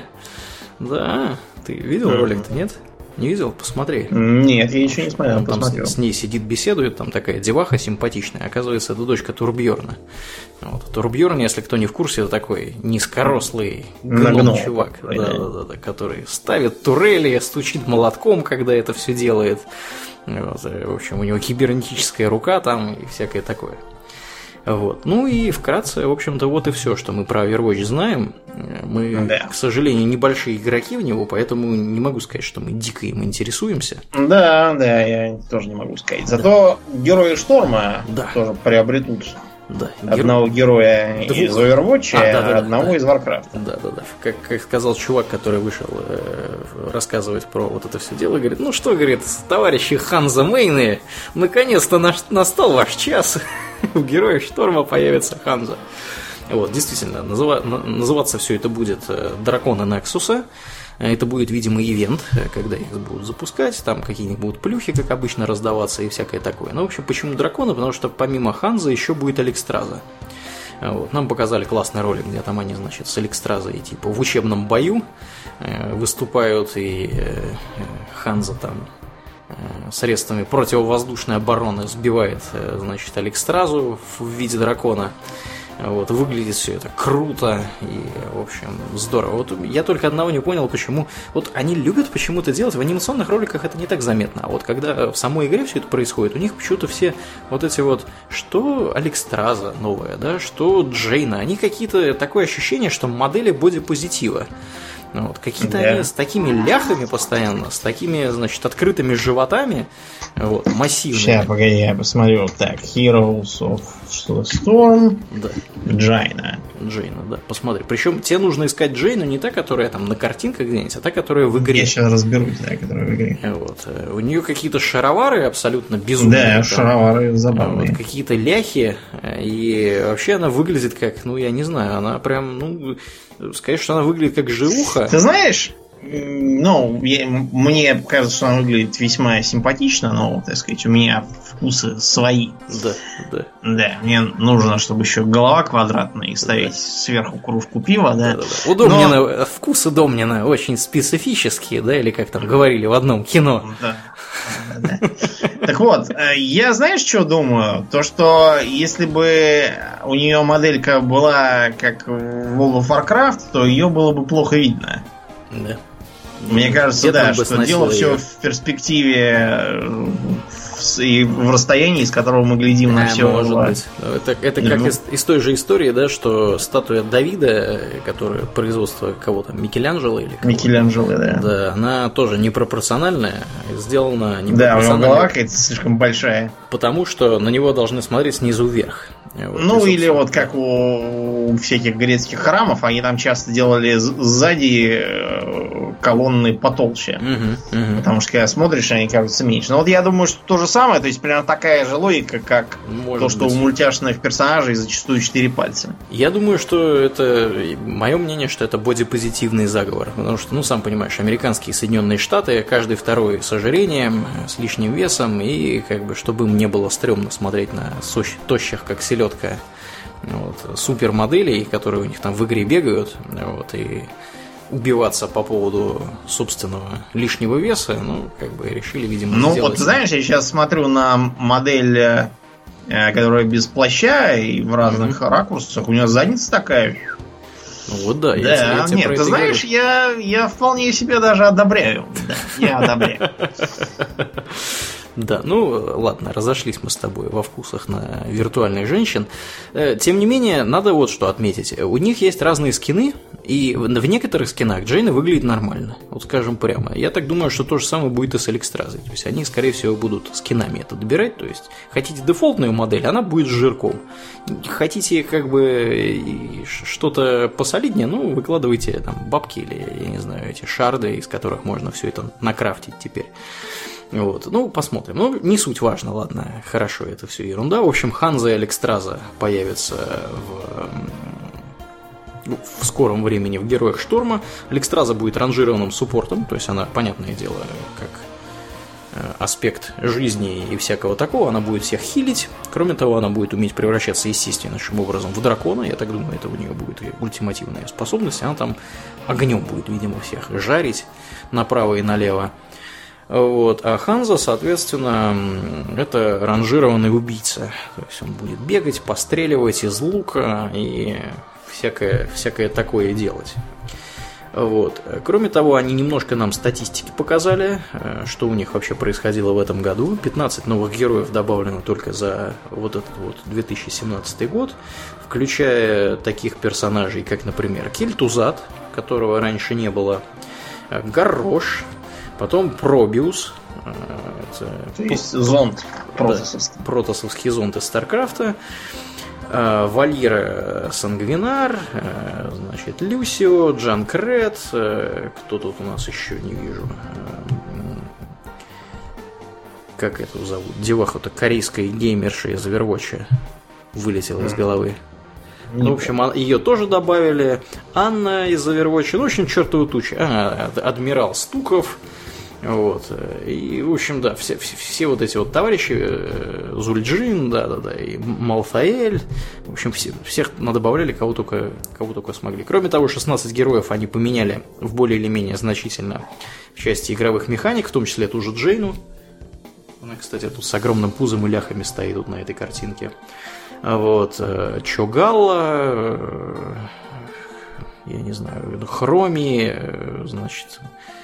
Да. Ты видел ролик-то, нет? Не видел? Посмотри.
Нет, я еще не смотрел.
Он там с ней сидит, беседует, там такая деваха симпатичная. Оказывается, это дочка Турбьерна. Вот. Турбьерн, если кто не в курсе, это такой низкорослый гном-чувак, да, который ставит турели, стучит молотком, когда это все делает. Вот. В общем, у него кибернетическая рука там и всякое такое. Вот. Ну и вкратце, в общем-то, вот и все, что мы про Overwatch знаем. Мы, к сожалению, небольшие игроки в него, поэтому не могу сказать, что мы дико им интересуемся. Да, я тоже не могу сказать. Зато герои Шторма тоже приобретут одного героя из Overwatch, одного из Warcraft. Да. Как сказал чувак, который вышел рассказывать про вот это все дело, говорит, ну что, говорит, товарищи Ханза Мейны, наконец-то настал ваш час. У героя Шторма появится Ханза. Вот, действительно, называться все это будет Драконы Нексуса. Это будет, видимо, ивент, когда их будут запускать, там какие-нибудь будут плюхи, как обычно, раздаваться и всякое такое. Ну, в общем, почему драконы? Потому что помимо Ханза еще будет Алекстраза. Вот. Нам показали классный ролик, где там они, значит, с Алекстразой типа в учебном бою выступают, и Ханза там средствами противовоздушной обороны сбивает, значит, Алекстразу в виде дракона. Вот, выглядит все это круто и, в общем, здорово. Вот я только одного не понял, почему. Вот они любят почему-то делать, в анимационных роликах это не так заметно. А вот когда в самой игре все это происходит, у них почему-то все вот эти вот, что Алекстраза новая, да, что Джейна, они какие-то, такое ощущение, что модели бодипозитива. Вот, какие-то они с такими ляхами постоянно, с такими, значит, открытыми животами, вот, массивными. Сейчас, погоди, я посмотрю. Так, Heroes of Storm, Джейна, да, посмотри. Причем тебе нужно искать Джейну не та, которая там на картинках где-нибудь, а та, которая в игре. Я сейчас разберусь, да, которая в игре. Вот. У нее какие-то шаровары абсолютно безумные. Да, там, шаровары забавные. Вот, какие-то ляхи, и вообще она выглядит как, ну, я не знаю, она прям, ну, сказать, что она выглядит как живуха. Ты знаешь, ну, мне кажется, что она выглядит весьма симпатично, но, так сказать, у меня вкусы свои. Да, мне нужно, чтобы еще голова квадратная и ставить сверху кружку пива, да. У Домнина вкусы Домнина очень специфические, да, или как там говорили в одном кино. Да. Так вот, я, знаешь, что думаю? То, что если бы у нее моделька была как в World of Warcraft, то ее было бы плохо видно. Да. Мне кажется, да, что дело все в перспективе и в расстоянии, с которого мы глядим на все. Может быть. Это как из той же истории, да, что статуя Давида, которая производство кого-то, Микеланджело или кого-то. Микеланджело, да. Да, она тоже непропорциональная, сделана непропорционально. Да, у него голова какая-то слишком большая. Потому что на него должны смотреть снизу вверх. Вот, ну, или вот как у всяких грецких храмов, они там часто делали сзади колонны потолще. Потому что когда смотришь, они кажутся меньше. Но вот я думаю, что то же самое, то есть примерно такая же логика, как может то, что быть. У мультяшных персонажей зачастую 4 пальца. Я думаю, что это, мое мнение, что это бодипозитивный заговор. Потому что, ну, сам понимаешь, американские Соединенные Штаты, каждый второй с ожирением, с лишним весом, и как бы, чтобы им не было стрёмно смотреть на тощих, как селедка, вот, супермоделей, которые у них там в игре бегают, вот, и убиваться по поводу собственного лишнего веса, ну, как бы решили, видимо, сделать. Ну, вот, знаешь, я сейчас смотрю на модель, которая без плаща и в разных ракурсах, у нее задница такая. Ну, вот да, я тебе нет, ты знаешь, я вполне себе даже одобряю. Да, я одобряю. Да, ну ладно, разошлись мы с тобой во вкусах на виртуальных женщин. Тем не менее, надо вот что отметить. У них есть разные скины, и в некоторых скинах Джейна выглядит нормально. Вот скажем прямо. Я так думаю, что то же самое будет и с Алекстразой. То есть они, скорее всего, будут скинами это добирать. То есть хотите дефолтную модель, она будет с жирком. Хотите как бы что-то посолиднее, ну, выкладывайте там бабки или, я не знаю, эти шарды, из которых можно все это накрафтить теперь. Вот. Ну, посмотрим. Ну, не суть важно, ладно, хорошо, это все ерунда. В общем, Ханза и Алекстраза появятся в скором времени в Героях Шторма. Алекстраза будет ранжированным суппортом, то есть она, понятное дело, как аспект жизни и всякого такого, она будет всех хилить. Кроме того, она будет уметь превращаться естественнейшим образом в дракона. Я так думаю, это у нее будет ультимативная способность. Она там огнем будет, видимо, всех жарить направо и налево. Вот. А Ханзо, соответственно, это ранжированный убийца. То есть он будет бегать, постреливать из лука и всякое такое делать. Вот. Кроме того, они немножко нам статистики показали, что у них вообще происходило в этом году. 15 новых героев добавлено только за вот этот вот 2017 год, включая таких персонажей, как, например, Кельтузат, которого раньше не было, Гаррош, потом Пробиус,
то есть зонд протосовский.
Да, протосовский зонд из Старкрафта, Валира Сангвинар, значит, Люсио, Джан Крет, кто тут у нас еще, не вижу, как это зовут, деваха-то корейская геймерша из Overwatch вылетела из головы. Ну, в общем, ее тоже добавили. Анна из Overwatch, ну, в общем, чертовы тучи. Адмирал Стуков. Вот. И, в общем, да, все вот эти вот товарищи, Зульджин, да, и Малфаэль, в общем, всех надобавляли, кого только смогли. Кроме того, 16 героев они поменяли в более или менее значительно в части игровых механик, в том числе ту же Джейну. Она, кстати, тут с огромным пузом и ляхами стоит тут на этой картинке. Вот. Чогалла, я не знаю, Хроми, значит,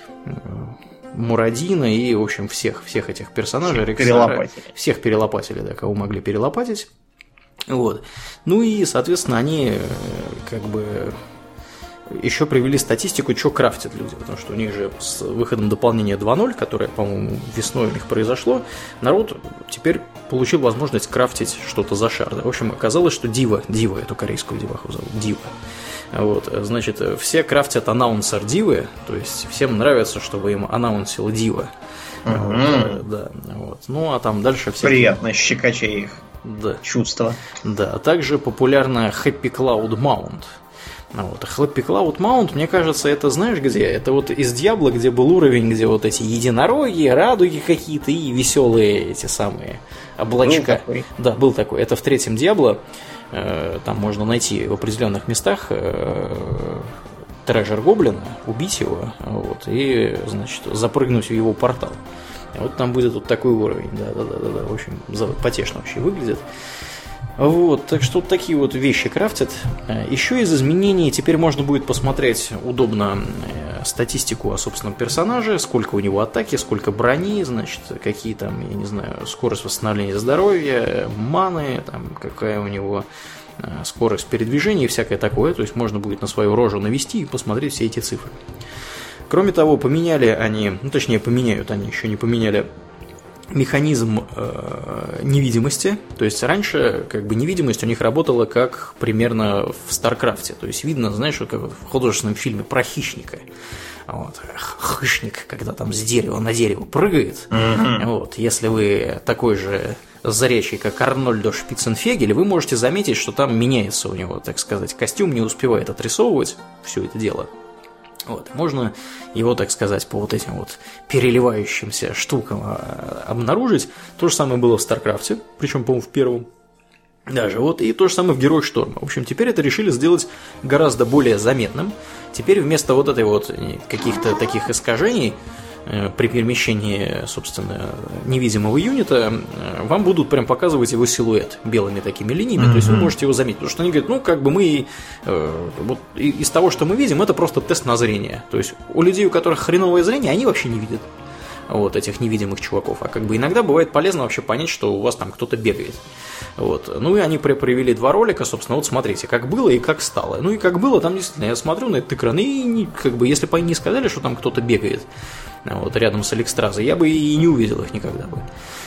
Мурадина и, в общем, всех этих персонажей, всех перелопатили, да, кого могли перелопатить. Вот. Ну и, соответственно, они как бы еще привели статистику, что крафтят люди, потому что у них же с выходом дополнения 2.0, которое, по-моему, весной у них произошло, народ теперь получил возможность крафтить что-то за шар. В общем, оказалось, что Дива, эту корейскую деваху зовут, Дива. Вот, значит, все крафтят анаунсер Дивы, то есть всем нравится, чтобы им анаунсил Дива. Вот, да, вот. Ну, а там дальше все.
Приятно щекоча их чувства.
Да, а также популярна Happy Cloud Mount. Вот. Happy Cloud Mount, мне кажется, это знаешь где? Это вот из Диабло, где был уровень, где вот эти единороги, радуги какие-то и веселые эти самые облачка. Да, был такой. Это в 3-м Диабло. Там можно найти в определенных местах Treasure Гоблина, убить его, вот, и, значит, запрыгнуть в его портал. Вот там будет вот такой уровень, да, в общем, потешно вообще выглядит. Вот, так что вот такие вот вещи крафтят. Еще из изменений теперь можно будет посмотреть удобно статистику о собственном персонаже, сколько у него атаки, сколько брони, значит, какие там, я не знаю, скорость восстановления здоровья, маны, там, какая у него скорость передвижения и всякое такое. То есть можно будет на свою рожу навести и посмотреть все эти цифры. Кроме того, поменяли они, ну точнее поменяют, они еще не поменяли механизм невидимости. То есть раньше как бы невидимость у них работала как примерно в Старкрафте. То есть видно, знаешь, как в художественном фильме про хищника. Вот. Хищник, когда там с дерева на дерево прыгает. Вот. Если вы такой же зрячий, как Арнольдо Шпиценфегель, вы можете заметить, что там меняется у него, так сказать, костюм, не успевает отрисовывать все это дело. Вот. Можно его, так сказать, по вот этим вот переливающимся штукам обнаружить. То же самое было в Старкрафте, причем, по-моему, в 1-м даже. Вот. И то же самое в Героях Шторма. В общем, теперь это решили сделать гораздо более заметным. Теперь вместо вот этой вот каких-то таких искажений при перемещении, собственно, невидимого юнита, вам будут прям показывать его силуэт белыми такими линиями, то есть вы можете его заметить, потому что они говорят, ну, как бы мы, вот из того, что мы видим, это просто тест на зрение, то есть у людей, у которых хреновое зрение, они вообще не видят вот этих невидимых чуваков, а как бы иногда бывает полезно вообще понять, что у вас там кто-то бегает. Вот. Ну и они провели 2 ролика, собственно, вот смотрите, как было и как стало. Ну и как было, там действительно, я смотрю на этот экран, и как бы, если бы они не сказали, что там кто-то бегает вот, рядом с Алекстразой, я бы и не увидел их никогда бы.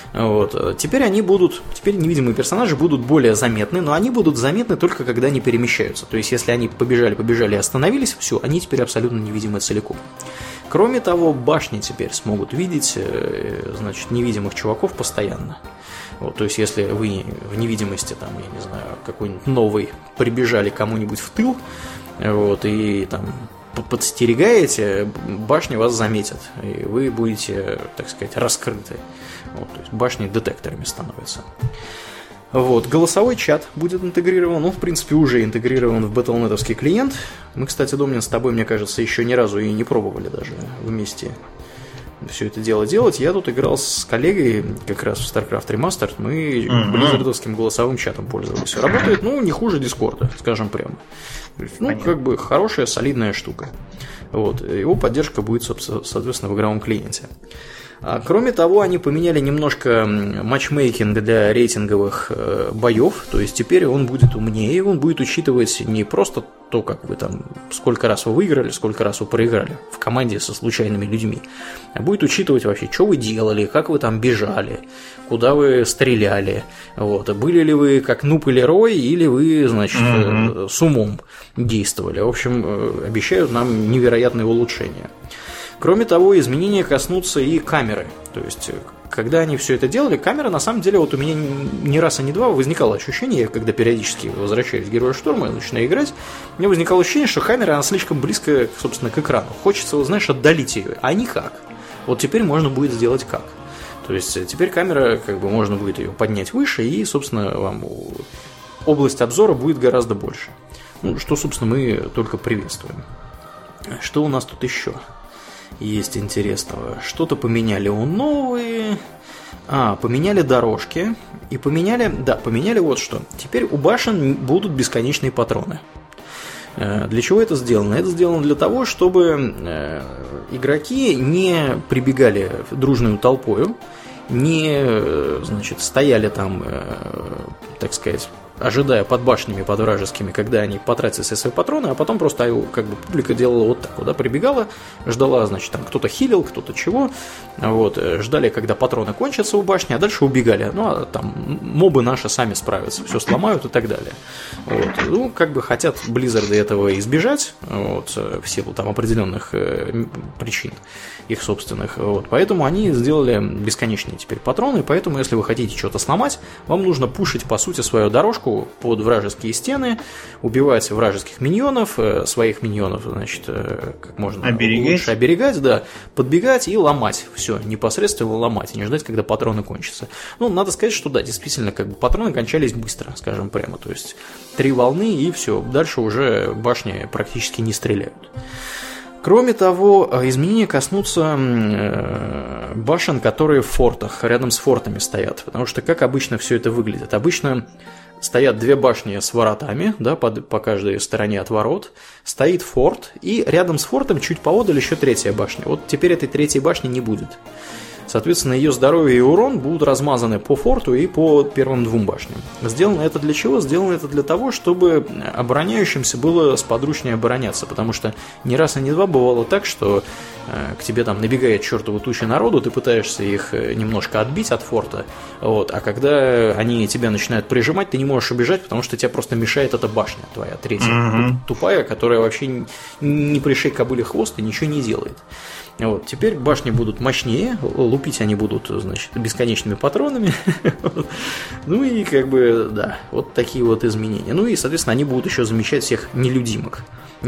Вот. Теперь невидимые персонажи будут более заметны, но они будут заметны только когда они перемещаются. То есть, если они побежали и остановились, все, они теперь абсолютно невидимы целиком. Кроме того, башни теперь смогут видеть, значит, невидимых чуваков постоянно. Вот, то есть, если вы в невидимости, там, я не знаю, какой-нибудь новый прибежали кому-нибудь в тыл, вот, и там подстерегаете, башня вас заметит, и вы будете, так сказать, раскрыты. Вот, то есть башни детекторами становятся. Вот, голосовой чат будет интегрирован, в принципе, уже интегрирован в Battle.net-овский клиент. Мы, кстати, Домнин, с тобой, мне кажется, еще ни разу и не пробовали даже вместе все это дело делать. Я тут играл с коллегой как раз в StarCraft Remastered, мы близзардовским голосовым чатом пользовались. Работает, не хуже Дискорда, скажем прямо. Как бы хорошая, солидная штука. Вот, его поддержка будет, соответственно, в игровом клиенте. Кроме того, они поменяли немножко матчмейкинг для рейтинговых боев, то есть теперь он будет умнее, он будет учитывать не просто то, как вы там, сколько раз вы выиграли, сколько раз вы проиграли в команде со случайными людьми, а будет учитывать вообще, что вы делали, как вы там бежали, куда вы стреляли, вот, были ли вы как нуб или рой, или вы, значит, с умом действовали. В общем, обещают нам невероятные улучшения. Кроме того, изменения коснутся и камеры. То есть, когда они все это делали, камера, на самом деле, вот у меня ни раз и ни два возникало ощущение, когда периодически возвращаюсь в Героя Шторма и начинаю играть, у меня возникало ощущение, что камера, она слишком близко, собственно, к экрану. Хочется, вот, знаешь, отдалить ее, а никак. Вот теперь можно будет сделать как. То есть, теперь камера, как бы, можно будет ее поднять выше, и, собственно, вам область обзора будет гораздо больше. Что, собственно, мы только приветствуем. Что у нас тут еще есть интересного? Что-то поменяли новые. Поменяли дорожки. И поменяли вот что. Теперь у башен будут бесконечные патроны. Для чего это сделано? Это сделано для того, чтобы игроки не прибегали дружной толпою, не, значит, стояли там, так сказать, ожидая под башнями, под вражескими, когда они потратят все свои патроны, а потом просто, как бы, публика делала вот так вот, да, прибегала, ждала, значит, там кто-то хилил, кто-то чего, вот, ждали, когда патроны кончатся у башни, а дальше убегали, а там мобы наши сами справятся, все сломают и так далее. Вот. Как бы хотят Blizzard этого избежать, вот, в силу там определенных причин их собственных, вот, поэтому они сделали бесконечные теперь патроны, поэтому, если вы хотите что-то сломать, вам нужно пушить, по сути, свою дорожку под вражеские стены, убивать вражеских миньонов, своих миньонов, значит, как можно лучше оберегать, да, подбегать и ломать. Все, непосредственно ломать, и не ждать, когда патроны кончатся. Надо сказать, что да, действительно, как бы патроны кончались быстро, скажем прямо. То есть 3 волны и все. Дальше уже башни практически не стреляют. Кроме того, изменения коснутся башен, которые в фортах, рядом с фортами стоят. Потому что как обычно все это выглядит? Обычно стоят 2 башни с воротами, да, по каждой стороне от ворот, стоит форт, и рядом с фортом чуть поодаль еще 3-я башня. Вот теперь этой 3-й башни не будет. Соответственно, ее здоровье и урон будут размазаны по форту и по первым 2 башням. Сделано это для чего? Сделано это для того, чтобы обороняющимся было сподручнее обороняться, потому что ни раз и ни два бывало так, что к тебе там набегает чертова туча народу, ты пытаешься их немножко отбить от форта, вот, а когда они тебя начинают прижимать, ты не можешь убежать, потому что тебе просто мешает эта башня твоя, 3-я, тупая, которая вообще не пришей кобыле хвост и ничего не делает. Вот, теперь башни будут мощнее, лупить они будут, значит, бесконечными патронами. И как бы, да, вот такие вот изменения. И, соответственно, они будут еще замечать всех невидимок.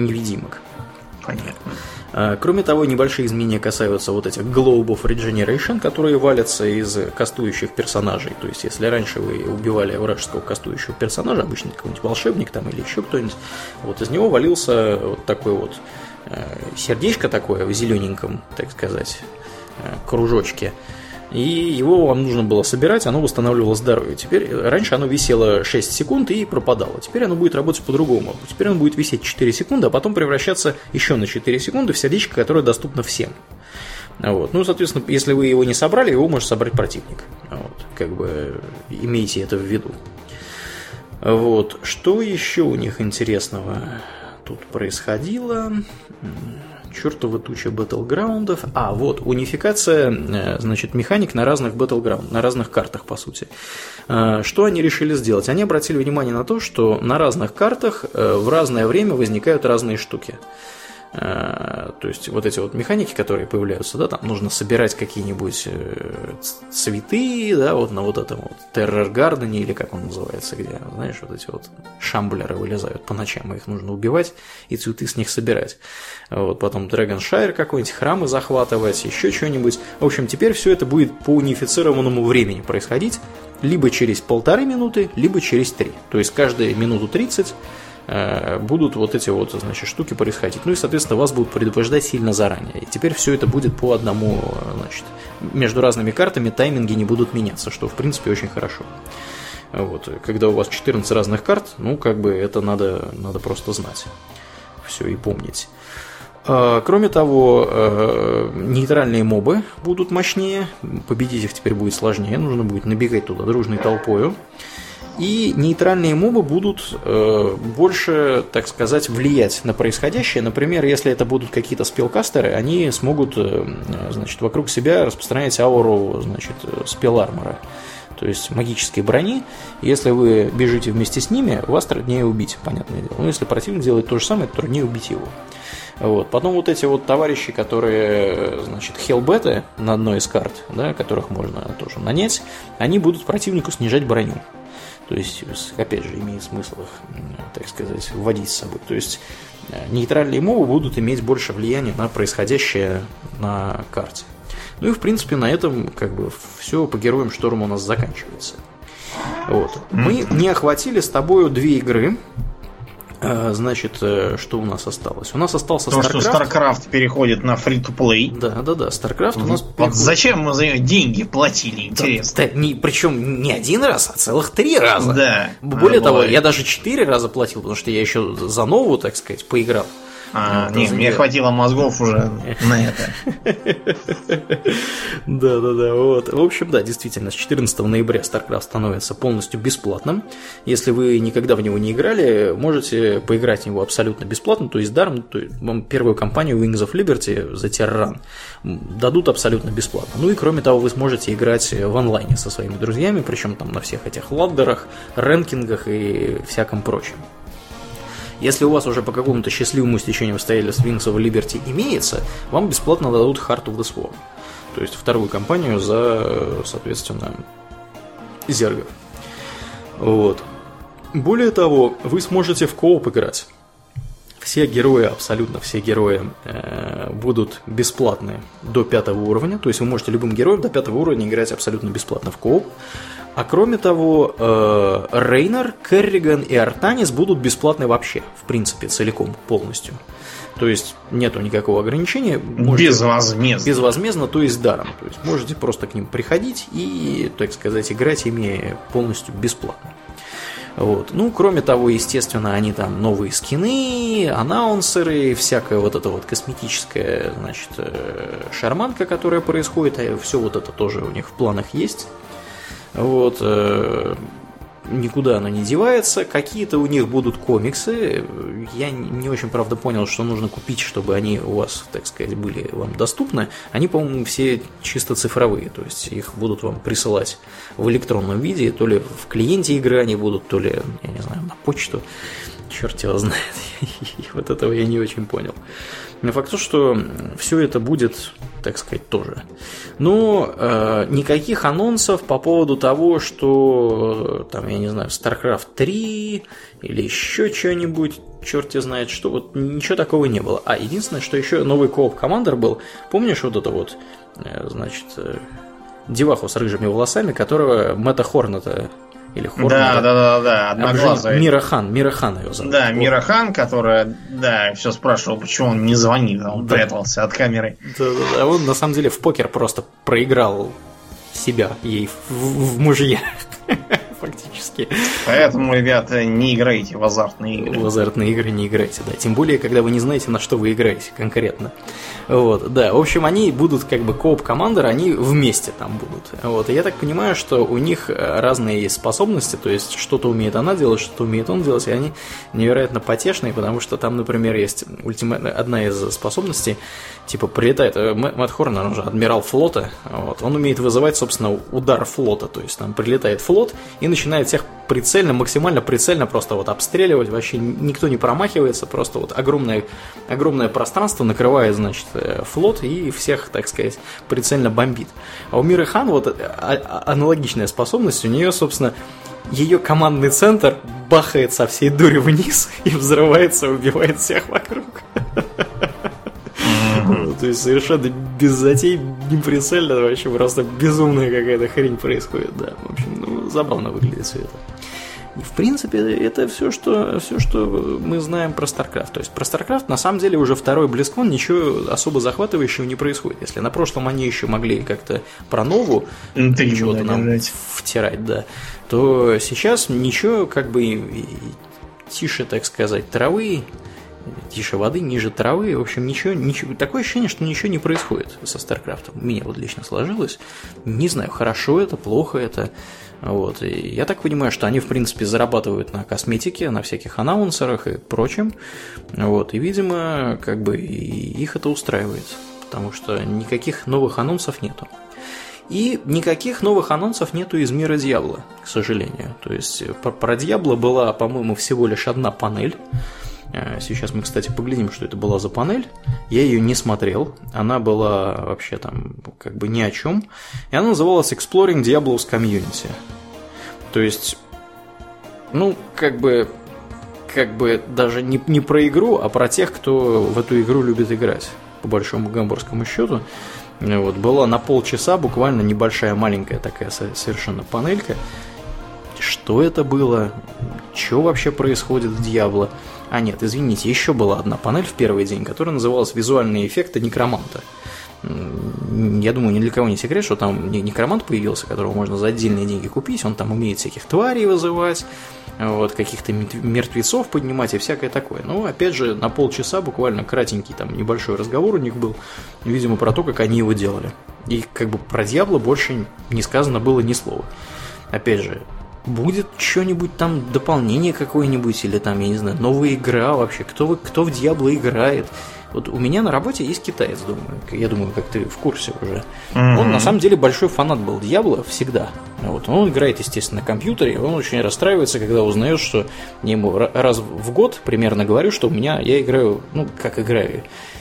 Понятно. Кроме того, небольшие изменения касаются вот этих Globe of Regeneration, которые валятся из кастующих персонажей. То есть, если раньше вы убивали вражеского кастующего персонажа, обычно какой-нибудь волшебник там или еще кто-нибудь, вот из него валился вот такой вот сердечко такое в зелененьком, так сказать, кружочке. И его вам нужно было собирать, оно восстанавливало здоровье. Теперь, раньше оно висело 6 секунд и пропадало. Теперь оно будет работать по-другому. Теперь оно будет висеть 4 секунды, а потом превращаться еще на 4 секунды в сердечко, которое доступно всем. Вот. Соответственно, если вы его не собрали, его может собрать противник. Вот. Как бы имейте это в виду. Вот. Что еще у них интересного тут происходило? Чертова туча батлграундов. Вот, унификация, значит, механик на разных батлграундах, на разных картах, по сути. Что они решили сделать? Они обратили внимание на то, что на разных картах в разное время возникают разные штуки. То есть вот эти вот механики, которые появляются, да, там нужно собирать какие-нибудь цветы, да, вот на вот этом вот Terror Garden, или как он называется, где, знаешь, вот эти вот шамблеры вылезают по ночам, их нужно убивать и цветы с них собирать. Вот, потом Dragonshire какой-нибудь, храмы захватывать, еще что-нибудь. В общем, теперь все это будет по унифицированному времени происходить, либо через 1,5 минуты, либо через 3. То есть каждые минуту 30 будут вот эти вот, значит, штуки происходить. Ну и, соответственно, вас будут предупреждать сильно заранее. И теперь все это будет по одному, значит, между разными картами тайминги не будут меняться, что, в принципе, очень хорошо. Вот. Когда у вас 14 разных карт, ну, как бы это надо просто знать. Все и помнить. Кроме того, нейтральные мобы будут мощнее, победить их теперь будет сложнее, нужно будет набегать туда дружной толпою. И нейтральные мобы будут больше, так сказать, влиять на происходящее. Например, если это будут какие-то спелкастеры, они смогут, значит, вокруг себя распространять ауру, значит, спел-армора, то есть магической брони. Если вы бежите вместе с ними, вас труднее убить, понятное дело. Но если противник делает то же самое, то труднее убить его. Вот. Потом вот эти вот товарищи, которые, значит, хелбеты на одной из карт, да, которых можно тоже нанять, они будут противнику снижать броню. То есть, опять же, имеет смысл их, так сказать, вводить с собой. То есть, нейтральные мобы будут иметь больше влияния на происходящее на карте. Ну и, в принципе, на этом как бы все по героям Шторма у нас заканчивается. Вот. Мы не охватили с тобою 2 игры. Значит, что у нас осталось? У нас остался StarCraft.
То, что StarCraft переходит на free-to-play.
Да, StarCraft у нас
вот
переходит...
зачем мы за нее деньги платили, интересно?
Причем не 1 раз, а целых 3 раза.
Да.
Более того, я даже 4 раза платил, потому что я еще за новую, так сказать, поиграл.
Нет, мне хватило мозгов уже на это.
Да, вот. В общем, да, действительно, с 14 ноября StarCraft становится полностью бесплатным. Если вы никогда в него не играли, можете поиграть в него абсолютно бесплатно, то есть даром. То есть вам первую кампанию Wings of Liberty The Terran дадут абсолютно бесплатно. Ну и кроме того, вы сможете играть в онлайне со своими друзьями, причем там на всех этих ладдерах, рэнкингах и всяком прочем. Если у вас уже по какому-то счастливому стечению обстоятельств Wings of Liberty имеется, вам бесплатно дадут Heart of the Swarm. То есть вторую кампанию за, соответственно, зергов. Вот. Более того, вы сможете в кооп играть. Все герои, абсолютно все герои будут бесплатны до 5 уровня. То есть вы можете любым героем до 5 уровня играть абсолютно бесплатно в кооп. А кроме того, Рейнер, Керриган и Артанис будут бесплатны вообще, в принципе, целиком, полностью. То есть нету никакого ограничения.
Безвозмездно.
Безвозмездно, то есть даром. То есть можете просто к ним приходить и, так сказать, играть ими полностью бесплатно. Вот. Ну, кроме того, естественно, они там новые скины, аннаунсеры, всякая вот эта вот косметическая, значит, шарманка, которая происходит, а все вот это тоже у них в планах есть. Вот, никуда оно не девается. Какие-то у них будут комиксы. Я не очень, правда, понял, что нужно купить, чтобы они у вас, так сказать, были вам доступны. Они, по-моему, все чисто цифровые. То есть их будут вам присылать в электронном виде. То ли в клиенте игры они будут, то ли, я не знаю, на почту. Черт его знает. Вот этого я не очень понял. Но факт то, что все это будет, так сказать, тоже. Но никаких анонсов по поводу того, что там, я не знаю, StarCraft 3 или еще что-нибудь, черт знает что, вот ничего такого не было. А единственное, что еще новый кооп Командер был, помнишь вот это вот, значит, деваху с рыжими волосами, которого Мэтта Хорната или Хорната.
Да, одноглазая.
Мира Хан ее зовут.
Да, Мира Хан, которая, да, все спрашивал, почему он не звонит, он прятался от камеры.
Да, он на самом деле в покер просто проиграл себя ей в мужья. Фактически.
Поэтому, ребята, не играйте в азартные игры.
В азартные игры не играйте, да. Тем более, когда вы не знаете, на что вы играете конкретно. Вот, да. В общем, они будут как бы кооп-командеры, они вместе там будут. Вот. И я так понимаю, что у них разные есть способности, то есть что-то умеет она делать, что-то умеет он делать, и они невероятно потешные, потому что там, например, есть одна из способностей, типа прилетает Мэтт Хорнер, он же адмирал флота, вот, он умеет вызывать, собственно, удар флота, то есть там прилетает флот и начинают всех максимально прицельно просто вот обстреливать, вообще никто не промахивается, просто вот огромное пространство накрывает, значит, флот и всех, так сказать, прицельно бомбит. А у Миры Хан вот аналогичная способность, у нее, собственно, ее командный центр бахает со всей дури вниз и взрывается, убивает всех вокруг. То есть совершенно без затей, неприцельно, вообще просто безумная какая-то хрень происходит, да. В общем, забавно выглядит все это. И, в принципе, это все, что мы знаем про StarCraft. То есть про StarCraft, на самом деле, уже второй BlizzCon ничего особо захватывающего не происходит. Если на прошлом они еще могли как-то про нову чего-то нам втирать, да, то сейчас ничего как бы тише, так сказать, травы, тише воды, ниже травы. В общем, ничего. Такое ощущение, что ничего не происходит со StarCraft. У меня вот лично сложилось. Не знаю, хорошо это, плохо это. Вот. И я так понимаю, что они, в принципе, зарабатывают на косметике, на всяких анонсерах и прочем. Вот. И, видимо, как бы их это устраивает. Потому что никаких новых анонсов нету. И никаких новых анонсов нету из мира Диабло, к сожалению. То есть про Диабло была, по-моему, всего лишь одна панель. Сейчас мы, кстати, поглядим, что это была за панель. Я ее не смотрел. Она была вообще там как бы ни о чем. И она называлась Exploring Diablo's Community. То есть, ну, как бы даже не про игру, а про тех, кто в эту игру любит играть. По большому гамбургскому счету. Вот, была на полчаса буквально небольшая, маленькая такая совершенно панелька. Что это было? Что вообще происходит в Диабло? А нет, извините, еще была одна панель в первый день, которая называлась «Визуальные эффекты некроманта». Я думаю, ни для кого не секрет, что там некромант появился, которого можно за отдельные деньги купить. Он там умеет всяких тварей вызывать, вот, каких-то мертвецов поднимать и всякое такое. Но, опять же, на полчаса буквально кратенький там небольшой разговор у них был, видимо, про то, как они его делали. И как бы про Диабло больше не сказано было ни слова. Опять же, будет что-нибудь там, дополнение какое-нибудь, или там, я не знаю, новая игра вообще, кто в Диабло играет. Вот у меня на работе есть китаец, я думаю, как ты в курсе уже. Он на самом деле большой фанат был Диабло всегда. Вот. Он играет, естественно, на компьютере, он очень расстраивается, когда узнает, что я ему раз в год примерно говорю, что я играю, ну, как играю.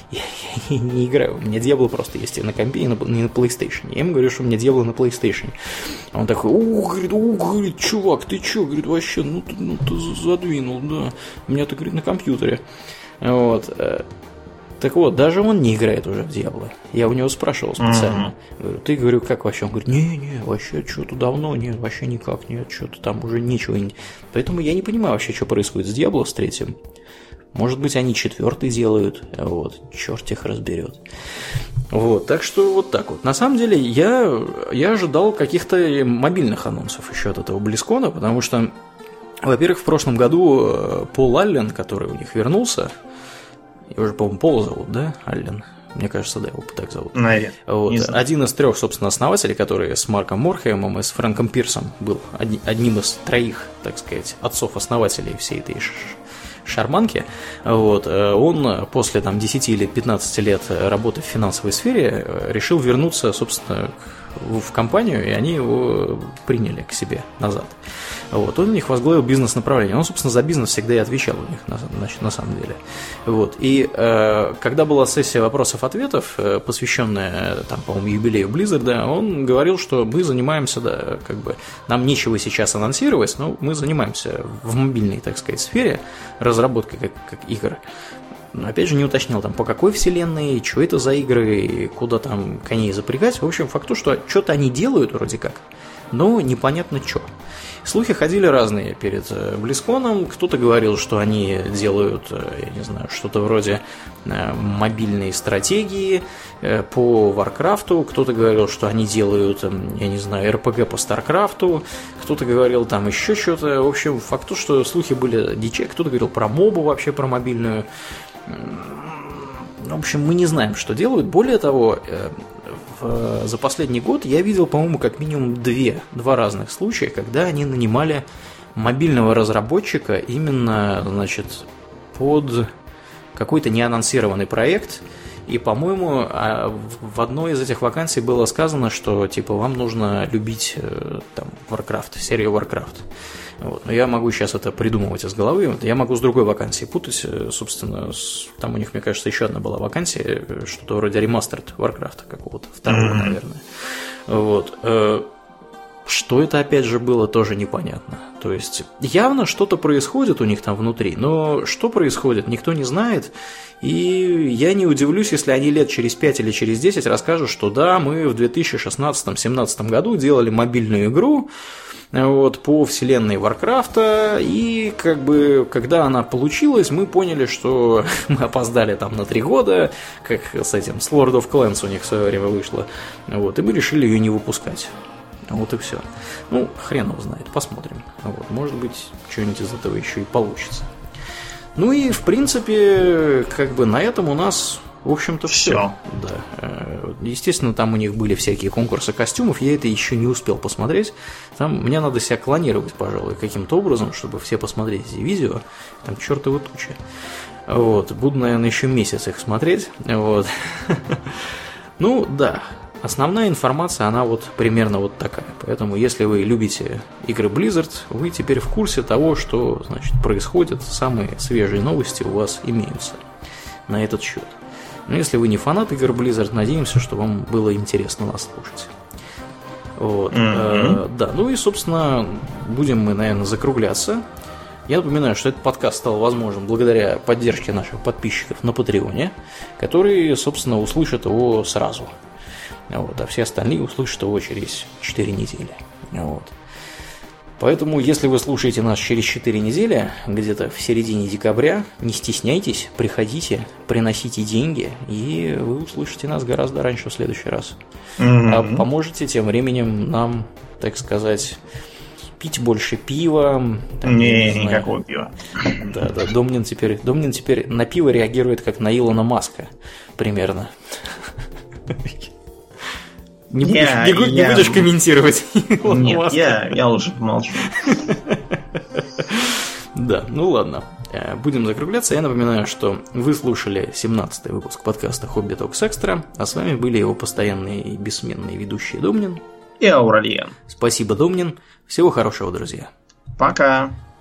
Я не играю, у меня Диабло просто есть и на компе, и не на PlayStation. Я ему говорю, что у меня Диабло на PlayStation. Он такой, говорит, чувак, ты чё? Говорит, вообще, ну ты задвинул, да. У меня-то, говорит, на компьютере. Вот. Так вот, даже он не играет уже в Диабло. Я у него спрашивал специально. Говорю, ты, говорю, как вообще? Он говорит, не, вообще, что-то давно, нет, вообще никак, нет, что-то там уже ничего. Поэтому я не понимаю вообще, что происходит с Диабло, с третьим. Может быть, они 4-й делают, вот, черт их разберет. Вот, так что вот так вот. На самом деле, я ожидал каких-то мобильных анонсов еще от этого BlizzCon, потому что, во-первых, в прошлом году Пол Аллен, который у них вернулся, его же, по-моему, Пол зовут, да, Аллен? Мне кажется, да, его так зовут.
Наверное.
Вот. Один из 3, собственно, основателей, который с Марком Морхеймом и с Фрэнком Пирсом был одним из 3, так сказать, отцов-основателей всей этой шарманки. Вот. Он после там, 10 или 15 лет работы в финансовой сфере решил вернуться, собственно, в компанию, и они его приняли к себе назад. Вот. Он у них возглавил бизнес-направление. Он, собственно, за бизнес всегда и отвечал у них, на самом деле. Вот. И когда была сессия вопросов-ответов, посвященная, там, по-моему, юбилею Blizzard, он говорил, что мы занимаемся, да, как бы, нам нечего сейчас анонсировать, но мы занимаемся в мобильной, так сказать, сфере разработкой как игр. Но опять же не уточнил, там, по какой вселенной, что это за игры, и куда там коней запрягать. В общем, факт то, что что-то они делают вроде как, но непонятно что. Слухи ходили разные перед BlizzCon. Кто-то говорил, что они делают, я не знаю, что-то вроде мобильной стратегии по Warcraft. Кто-то говорил, что они делают, я не знаю, RPG по StarCraft. Кто-то говорил там еще что-то. В общем, факт то, что слухи были дичи. Кто-то говорил про мобу вообще, про мобильную. В общем, мы не знаем, что делают. Более того, за последний год я видел, по-моему, как минимум два разных случая, когда они нанимали мобильного разработчика именно, значит, под какой-то неанонсированный проект. И, по-моему, в одной из этих вакансий было сказано, что типа вам нужно любить там Warcraft, серию Warcraft. Вот. Но я могу сейчас это придумывать из головы. Я могу с другой вакансией путать. Собственно, там у них, мне кажется, еще одна была вакансия, что-то вроде ремастерд Warcraft какого-то, второго, наверное. Вот. Что это опять же было, тоже непонятно. То есть явно что-то происходит у них там внутри, но что происходит, никто не знает. И я не удивлюсь, если они лет через 5 или через 10 расскажут, что да, мы в 2016-2017 году делали мобильную игру вот, по вселенной Варкрафта, и как бы, когда она получилась, мы поняли, что мы опоздали там на 3 года, как с этим, с Lord of Clans у них в свое время вышло, вот, и мы решили ее не выпускать. Вот и все. Ну, хрен его знает, посмотрим. Вот, может быть, что-нибудь из этого еще и получится. Ну и, в принципе, как бы на этом у нас, в общем-то, все. Да. Естественно, там у них были всякие конкурсы костюмов, я это еще не успел посмотреть. Там мне надо себя клонировать, пожалуй, каким-то образом, чтобы все посмотреть эти видео. Там чертова туча. Вот. Буду, наверное, еще месяц их смотреть. Вот. Ну, да. Основная информация, она вот примерно вот такая. Поэтому, если вы любите игры Blizzard, вы теперь в курсе того, что, значит, происходит. Самые свежие новости у вас имеются на этот счет. Но если вы не фанат игр Blizzard, надеемся, что вам было интересно нас слушать. Вот. Да, ну и, собственно, будем мы, наверное, закругляться. Я напоминаю, что этот подкаст стал возможен благодаря поддержке наших подписчиков на Патреоне, которые, собственно, услышат его сразу. Вот, а все остальные услышат его через 4 недели. Вот. Поэтому, если вы слушаете нас через 4 недели, где-то в середине декабря, не стесняйтесь, приходите, приносите деньги, и вы услышите нас гораздо раньше в следующий раз. А поможете тем временем нам, так сказать, пить больше пива. Там,
никакого пива.
Да, Домнин теперь на пиво реагирует как на Илона Маска, примерно. Не будешь комментировать?
Нет, я лучше помолчу.
Да, ну ладно. Будем закругляться. Я напоминаю, что вы слушали 17-й выпуск подкаста Hobby Talks Extra, а с вами были его постоянные и бессменные ведущие Домнин
и Ауральян.
Спасибо, Домнин. Всего хорошего, друзья.
Пока.